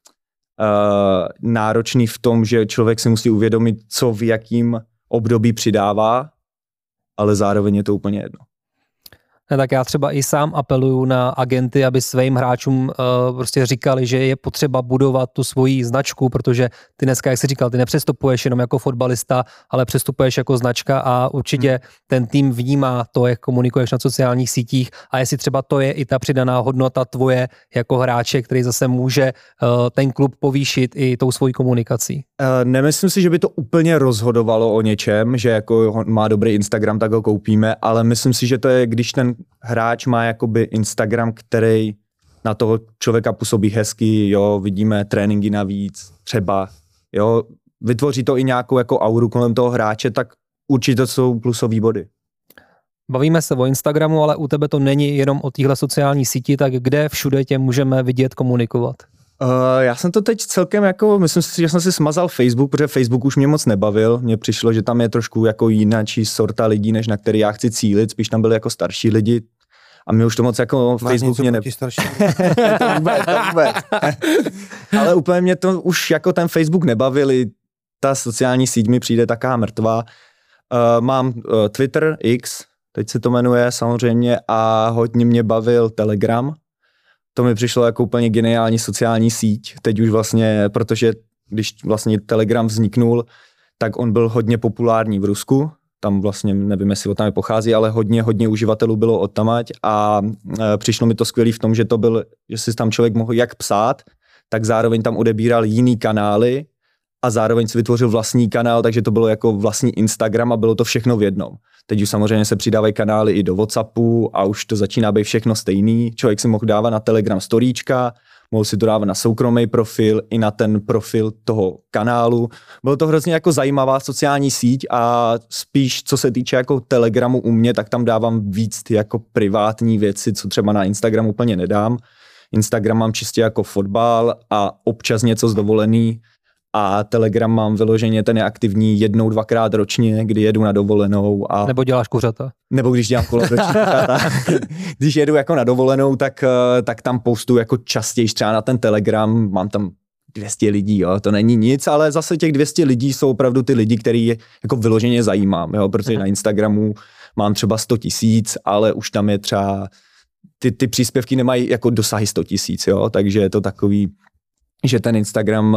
uh, náročný v tom, že člověk si musí uvědomit, co v jakým období přidává, ale zároveň je to úplně jedno. Ne, tak já třeba i sám apeluju na agenty, aby svým hráčům uh, prostě říkali, že je potřeba budovat tu svoji značku, protože ty dneska, jak jsi říkal, ty nepřestupuješ jenom jako fotbalista, ale přestupuješ jako značka a určitě hmm. ten tým vnímá to, jak komunikuješ na sociálních sítích a jestli třeba to je i ta přidaná hodnota tvoje jako hráče, který zase může uh, ten klub povýšit i tou svojí komunikací. Uh, nemyslím si, že by to úplně rozhodovalo o něčem, že jako má dobrý Instagram, tak ho koupíme, ale myslím si, že to je, když ten hráč má jakoby Instagram, který na toho člověka působí hezky, jo, vidíme tréninky navíc, třeba, jo, vytvoří to i nějakou jako auru kolem toho hráče, tak určitě jsou plusové body. Bavíme se o Instagramu, ale u tebe to není jenom o téhle sociální síti, tak kde všude tě můžeme vidět, komunikovat? Uh, já jsem to teď celkem jako, myslím si, že jsem si smazal Facebook, protože Facebook už mě moc nebavil. Mně přišlo, že tam je trošku jako jináčí sorta lidí, než na který já chci cílit, spíš tam byli jako starší lidi. A mě už to moc jako Máš Facebook mě ne... starší? to vůbec, to vůbec. Ale úplně mě to už jako ten Facebook nebavili, ta sociální síť mi přijde taká mrtvá. Uh, mám uh, Twitter, X, teď se to jmenuje samozřejmě, a hodně mě bavil Telegram. To mi přišlo jako úplně geniální sociální síť. Teď už vlastně, protože když vlastně Telegram vzniknul, tak on byl hodně populární v Rusku. Tam vlastně, nevím, jestli od tam pochází, ale hodně, hodně uživatelů bylo odtamať a e, přišlo mi to skvělý v tom, že to byl, že si tam člověk mohl jak psát, tak zároveň tam odebíral jiný kanály a zároveň si vytvořil vlastní kanál, takže to bylo jako vlastní Instagram a bylo to všechno v jednom. Teď už samozřejmě se přidávají kanály i do WhatsAppu a už to začíná být všechno stejný. Člověk si mohl dávat na Telegram storíčka, mohl si to dávat na soukromý profil i na ten profil toho kanálu. Bylo to hrozně jako zajímavá sociální síť a spíš co se týče jako Telegramu u mě, tak tam dávám víc ty jako privátní věci, co třeba na Instagram úplně nedám. Instagram mám čistě jako fotbal a občas něco z dovolený. A Telegram mám vyloženě, ten je aktivní jednou, dvakrát ročně, kdy jedu na dovolenou. A... Nebo děláš kuřata. Nebo když dělám koloroční kuřata. Když jedu jako na dovolenou, tak, tak tam postuju jako častěji třeba na ten Telegram, mám tam dvě stě lidí, jo, to není nic, ale zase těch dvě stě lidí jsou opravdu ty lidi, který jako vyloženě zajímám, jo, protože na Instagramu mám třeba sto tisíc, ale už tam je třeba, ty, ty příspěvky nemají jako dosahy sto tisíc, jo, takže je to takový, že ten Instagram uh,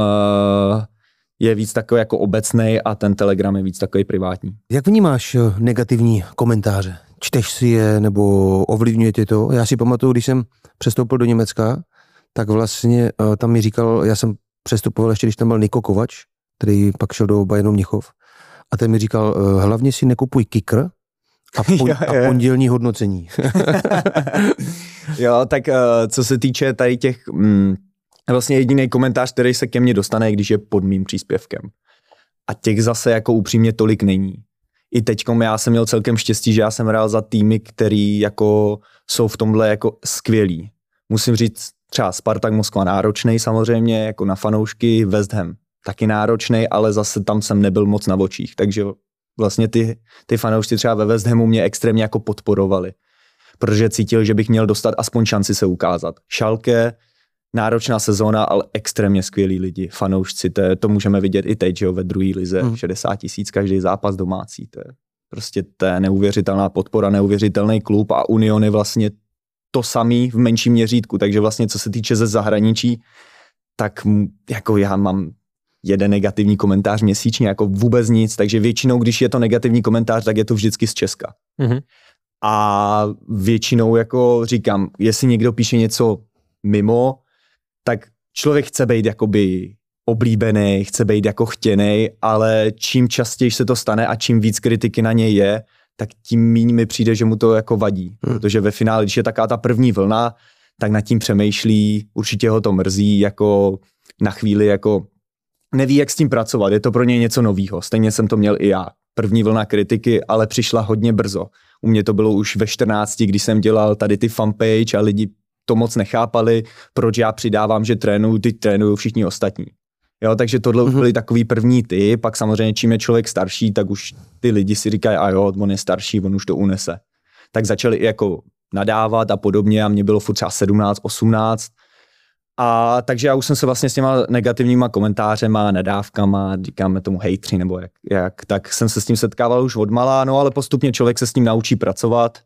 je víc takový jako obecnej a ten Telegram je víc takový privátní. Jak vnímáš negativní komentáře? Čteš si je nebo ovlivňuje tě to? Já si pamatuju, když jsem přestoupil do Německa, tak vlastně uh, tam mi říkal, já jsem přestupoval ještě, když tam byl Niko Kovač, který pak šel do Bayernu Mnichov, a ten mi říkal, uh, hlavně si nekupuj kicker a, pon- a pondělní hodnocení. Jo, tak uh, co se týče tady těch... Mm, vlastně jediný komentář, který se ke mně dostane, když je pod mým příspěvkem. A těch zase jako upřímně tolik není. I teďkom já jsem měl celkem štěstí, že já jsem hrál za týmy, který jako jsou v tomhle jako skvělí. Musím říct třeba Spartak Moskva náročnej samozřejmě, jako na fanoušky, West Ham taky náročnej, ale zase tam jsem nebyl moc na očích, takže vlastně ty, ty fanoušci třeba ve West Hamu mě extrémně jako podporovali, protože cítil, že bych měl dostat aspoň šanci se ukázat. Schalke, náročná sezóna, ale extrémně skvělí lidi, fanoušci, to, to můžeme vidět i teď, že jo, ve druhé lize, hmm. šedesát tisíc každý zápas domácí, to je prostě to je neuvěřitelná podpora, neuvěřitelný klub a Union je vlastně to samý v menším měřítku, takže vlastně co se týče ze zahraničí, tak jako já mám jeden negativní komentář měsíčně, jako vůbec nic, takže většinou, když je to negativní komentář, tak je to vždycky z Česka. Mm-hmm. A většinou jako říkám, jestli někdo píše něco mimo, tak člověk chce být jakoby oblíbený, chce být jako chtěnej, ale čím častěji se to stane a čím víc kritiky na něj je, tak tím míň mi přijde, že mu to jako vadí. Hmm. Protože ve finále, když je taká ta první vlna, tak nad tím přemýšlí, určitě ho to mrzí, jako na chvíli jako neví, jak s tím pracovat, je to pro něj něco novýho. Stejně jsem to měl i já. První vlna kritiky, ale přišla hodně brzo. U mě to bylo už ve čtrnácti, když jsem dělal tady ty fanpage a lidi to moc nechápali, proč já přidávám, že trénuju, teď trénuju všichni ostatní. Jo, takže tohle už byly takový první ty, pak samozřejmě čím je člověk starší, tak už ty lidi si říkají, a jo, on je starší, on už to unese. Tak začali i jako nadávat a podobně a mě bylo furt třeba sedmnáct, osmnáct. A takže já už jsem se vlastně s těma negativníma komentářema, nadávkama, říkáme tomu hejtři nebo jak, jak, tak jsem se s tím setkával už odmala, no ale postupně člověk se s tím naučí pracovat.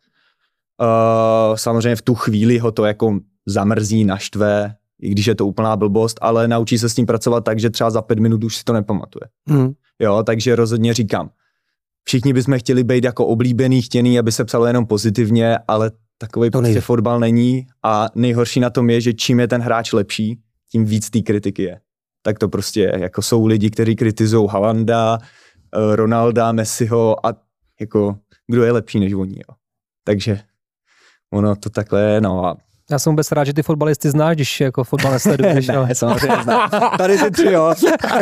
Uh, samozřejmě v tu chvíli ho to jako zamrzí, naštve, i když je to úplná blbost, ale naučí se s tím pracovat tak, že třeba za pět minut už si to nepamatuje. Hmm. Jo, takže rozhodně říkám, všichni bychom chtěli být jako oblíbený, chtěný, aby se psalo jenom pozitivně, ale takový prostě fotbal není a nejhorší na tom je, že čím je ten hráč lepší, tím víc té kritiky je. Tak to prostě je. Jako jsou lidi, kteří kritizují Haalanda, Ronalda, Messiho a jako kdo je lepší než oni. Jo. Takže ono to takhle je, no a já jsem vůbec rád, že ty fotbalisty znáš, když jako fotbal nesleduješ. Ne, ale samozřejmě znám. Tady ty tři, jo.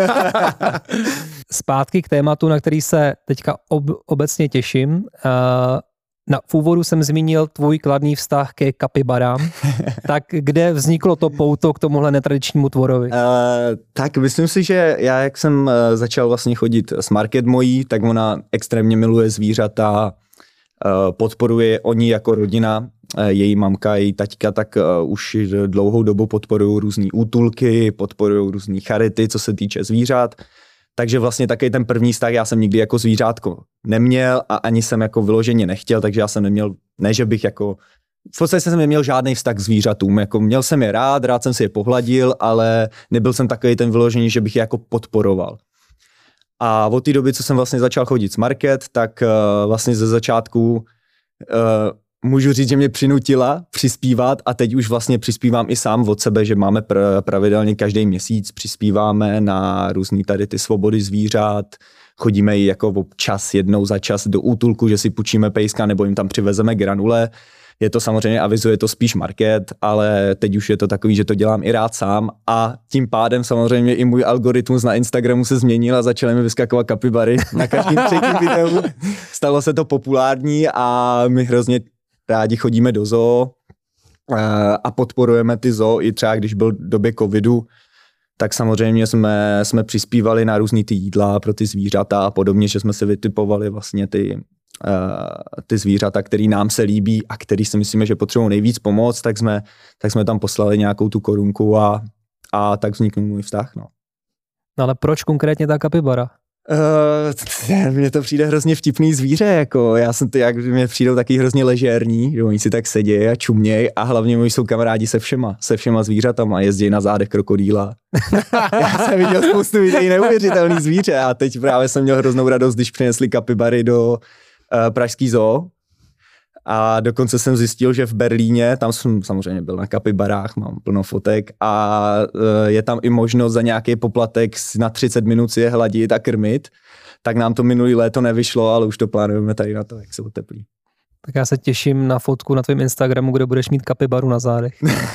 Zpátky k tématu, na který se teďka ob, obecně těším. Na, v úvodu jsem zmínil tvůj kladný vztah ke kapibarám. Tak kde vzniklo to pouto k tomuhle netradičnímu tvorovi? Uh, tak myslím si, že já, jak jsem uh, začal vlastně chodit s Market mojí, tak ona extrémně miluje zvířata, uh, podporuje oni jako rodina, její mamka, její taťka, tak uh, už dlouhou dobu podporují různý útulky, podporují různý charity, co se týče zvířat. Takže vlastně taky ten první vztah, já jsem nikdy jako zvířátko neměl a ani jsem jako vyloženě nechtěl, takže já jsem neměl, ne že bych jako, v podstatě jsem neměl žádný vztah k zvířatům, jako měl jsem je rád, rád jsem si je pohladil, ale nebyl jsem takový ten vyložený, že bych je jako podporoval. A od té doby, co jsem vlastně začal chodit s Market, tak uh, vlastně ze začátku uh, můžu říct, že mě přinutila přispívat a teď už vlastně přispívám i sám od sebe, že máme pr- pravidelně každý měsíc přispíváme na různý tady ty svobody zvířat, chodíme i jako občas jednou za čas do útulku, že si půjčíme pejska nebo jim tam přivezeme granule. Je to samozřejmě, avizuje to spíš Market, ale teď už je to takový, že to dělám i rád sám a tím pádem samozřejmě i můj algoritmus na Instagramu se změnil a začaly mi vyskakovat kapibary na každém třetím videu. Stalo se to populární a my hrozně rádi chodíme do zoo a podporujeme ty zoo i třeba, když byl v době covidu, tak samozřejmě jsme, jsme přispívali na různý ty jídla pro ty zvířata a podobně, že jsme si vytipovali vlastně ty, uh, ty zvířata, který nám se líbí a který si myslíme, že potřebují nejvíc pomoc, tak jsme, tak jsme tam poslali nějakou tu korunku a, a tak vzniknul můj vztah. No. No ale proč konkrétně ta kapibara? Uh, mně to přijde hrozně vtipný zvíře, jako já jsem ty, jak mě přijdou taky hrozně ležérní, že oni si tak sedějí a čumějí a hlavně moji jsou kamarádi se všema, se všema zvířatama, jezdí na zádech krokodýla. Já jsem viděl spoustu videí neuvěřitelný zvíře a teď právě jsem měl hroznou radost, když přinesli kapibary do uh, pražský zoo. A dokonce jsem zjistil, že v Berlíně, tam jsem samozřejmě byl na kapibarách, mám plno fotek a je tam i možnost za nějaký poplatek na třicet minut si je hladit a krmit, tak nám to minulý léto nevyšlo, ale už to plánujeme tady na to, jak se oteplí. Tak já se těším na fotku na tvém Instagramu, kde budeš mít kapibaru na zádech.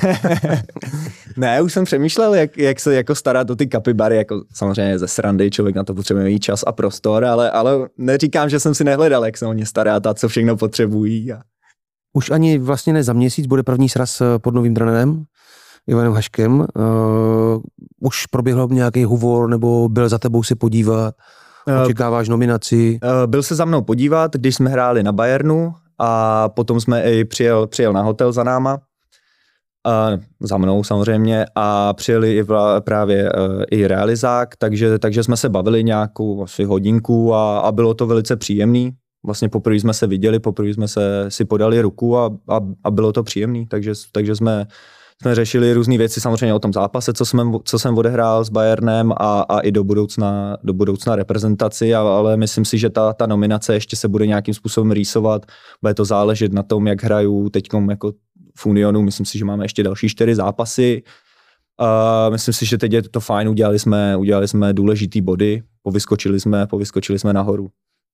Ne, už jsem přemýšlel, jak, jak se jako starat o ty kapibary, jako samozřejmě ze srandy, člověk na to potřebuje mít čas a prostor, ale, ale neříkám, že jsem si nehledal, jak se o ně starat a co všechno potřebují. A... Už ani vlastně ne za měsíc bude první sraz pod novým trenérem, Ivanem Haškem. Uh, už proběhl nějaký hovor, nebo byl za tebou si podívat, Očekáváš nominaci? Byl se za mnou podívat, když jsme hráli na Bayernu a potom jsme i přijel, přijel na hotel za náma. A za mnou samozřejmě a přijeli i vla, právě uh, i realizák, takže, takže jsme se bavili nějakou asi hodinku a, a bylo to velice příjemný. Vlastně poprvé jsme se viděli, poprvé jsme se si podali ruku a, a, a bylo to příjemný, takže, takže jsme, jsme řešili různé věci samozřejmě o tom zápase, co, jsme, co jsem odehrál s Bayernem a, a i do budoucna, do budoucna reprezentaci, ale myslím si, že ta, ta nominace ještě se bude nějakým způsobem rýsovat, bude to záležet na tom, jak hraju teďkom jako v Unionu, myslím si, že máme ještě další čtyři zápasy. Uh, myslím si, že teď je to fajn, udělali jsme, udělali jsme důležitý body, povyskočili jsme, povyskočili jsme nahoru.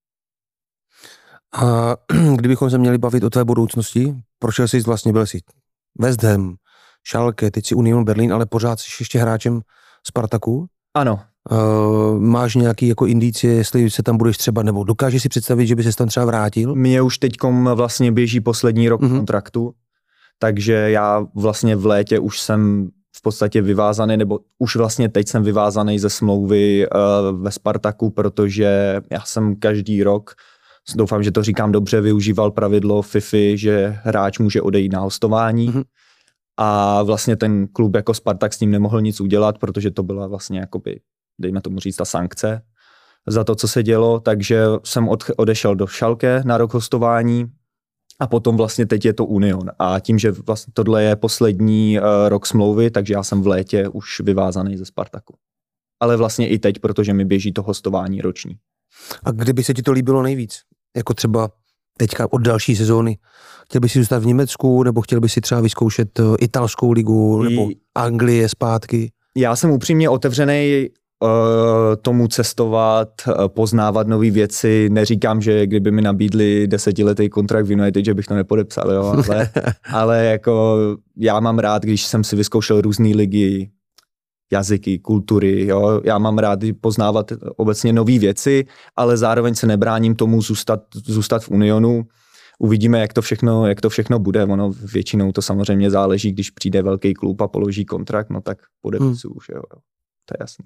A kdybychom se měli bavit o tvé budoucnosti, prošel jsi vlastně, byl jsi West Ham, Schalke, teď si Union Berlin, ale pořád jsi ještě hráčem Spartaku? Ano. Uh, máš nějaký jako indicie, jestli se tam budeš třeba, nebo dokážeš si představit, že by se tam třeba vrátil? Mně už teďkom vlastně běží poslední rok mm-hmm. kontraktu, takže já vlastně v létě už jsem v podstatě vyvázaný, nebo už vlastně teď jsem vyvázaný ze smlouvy uh, ve Spartaku, protože já jsem každý rok, doufám, že to říkám dobře, využíval pravidlo FIFA, že hráč může odejít na hostování mm-hmm. a vlastně ten klub jako Spartak s ním nemohl nic udělat, protože to byla vlastně jakoby, dejme tomu říct, ta sankce za to, co se dělo, takže jsem od, odešel do Schalke na rok hostování a potom vlastně teď je to Union a tím, že vlastně tohle je poslední uh, rok smlouvy, takže já jsem v létě už vyvázaný ze Spartaku. Ale vlastně i teď, protože mi běží to hostování roční. A kdyby se ti to líbilo nejvíc? Jako třeba teďka od další sezóny. Chtěl bys si zůstat v Německu, nebo chtěl bys si třeba vyzkoušet italskou ligu, nebo Anglie zpátky? Já jsem upřímně otevřený uh, tomu cestovat, uh, poznávat nové věci. Neříkám, že kdyby mi nabídli desetiletý kontrakt v United, že bych to nepodepsal, jo, ale, ale jako já mám rád, když jsem si vyzkoušel různé ligy, jazyky, kultury, jo. Já mám rád poznávat obecně nové věci, ale zároveň se nebráním tomu zůstat, zůstat v Unionu. Uvidíme, jak to všechno, jak to všechno bude. Ono většinou to samozřejmě záleží, když přijde velký klub a položí kontrakt, no tak podepisuju, hmm. jo. To je jasný.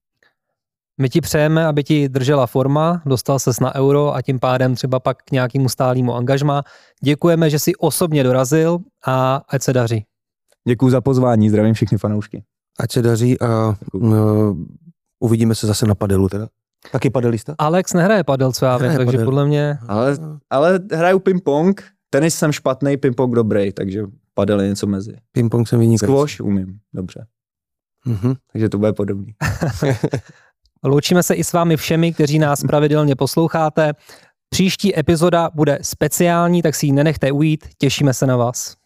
My ti přejeme, aby ti držela forma, dostal ses na Euro a tím pádem třeba pak k nějakému stálímu angažmá. Děkujeme, že jsi osobně dorazil a ať se daří. Děkuju za pozvání, zdravím všechny fanoušky. Ať se daří a uh, uvidíme se zase na padelu teda. Taky padelista? Alex nehraje padel, co já vím, takže padel. Podle mě... Ale, ale hraju ping-pong, tenis jsem špatný, ping-pong dobrý, takže padel je něco mezi. Ping-pong jsem vynikající. Squash umím, dobře. Mm-hmm. Takže to bude podobný. Loučíme se i s vámi všemi, kteří nás pravidelně posloucháte. Příští epizoda bude speciální, tak si ji nenechte ujít, těšíme se na vás.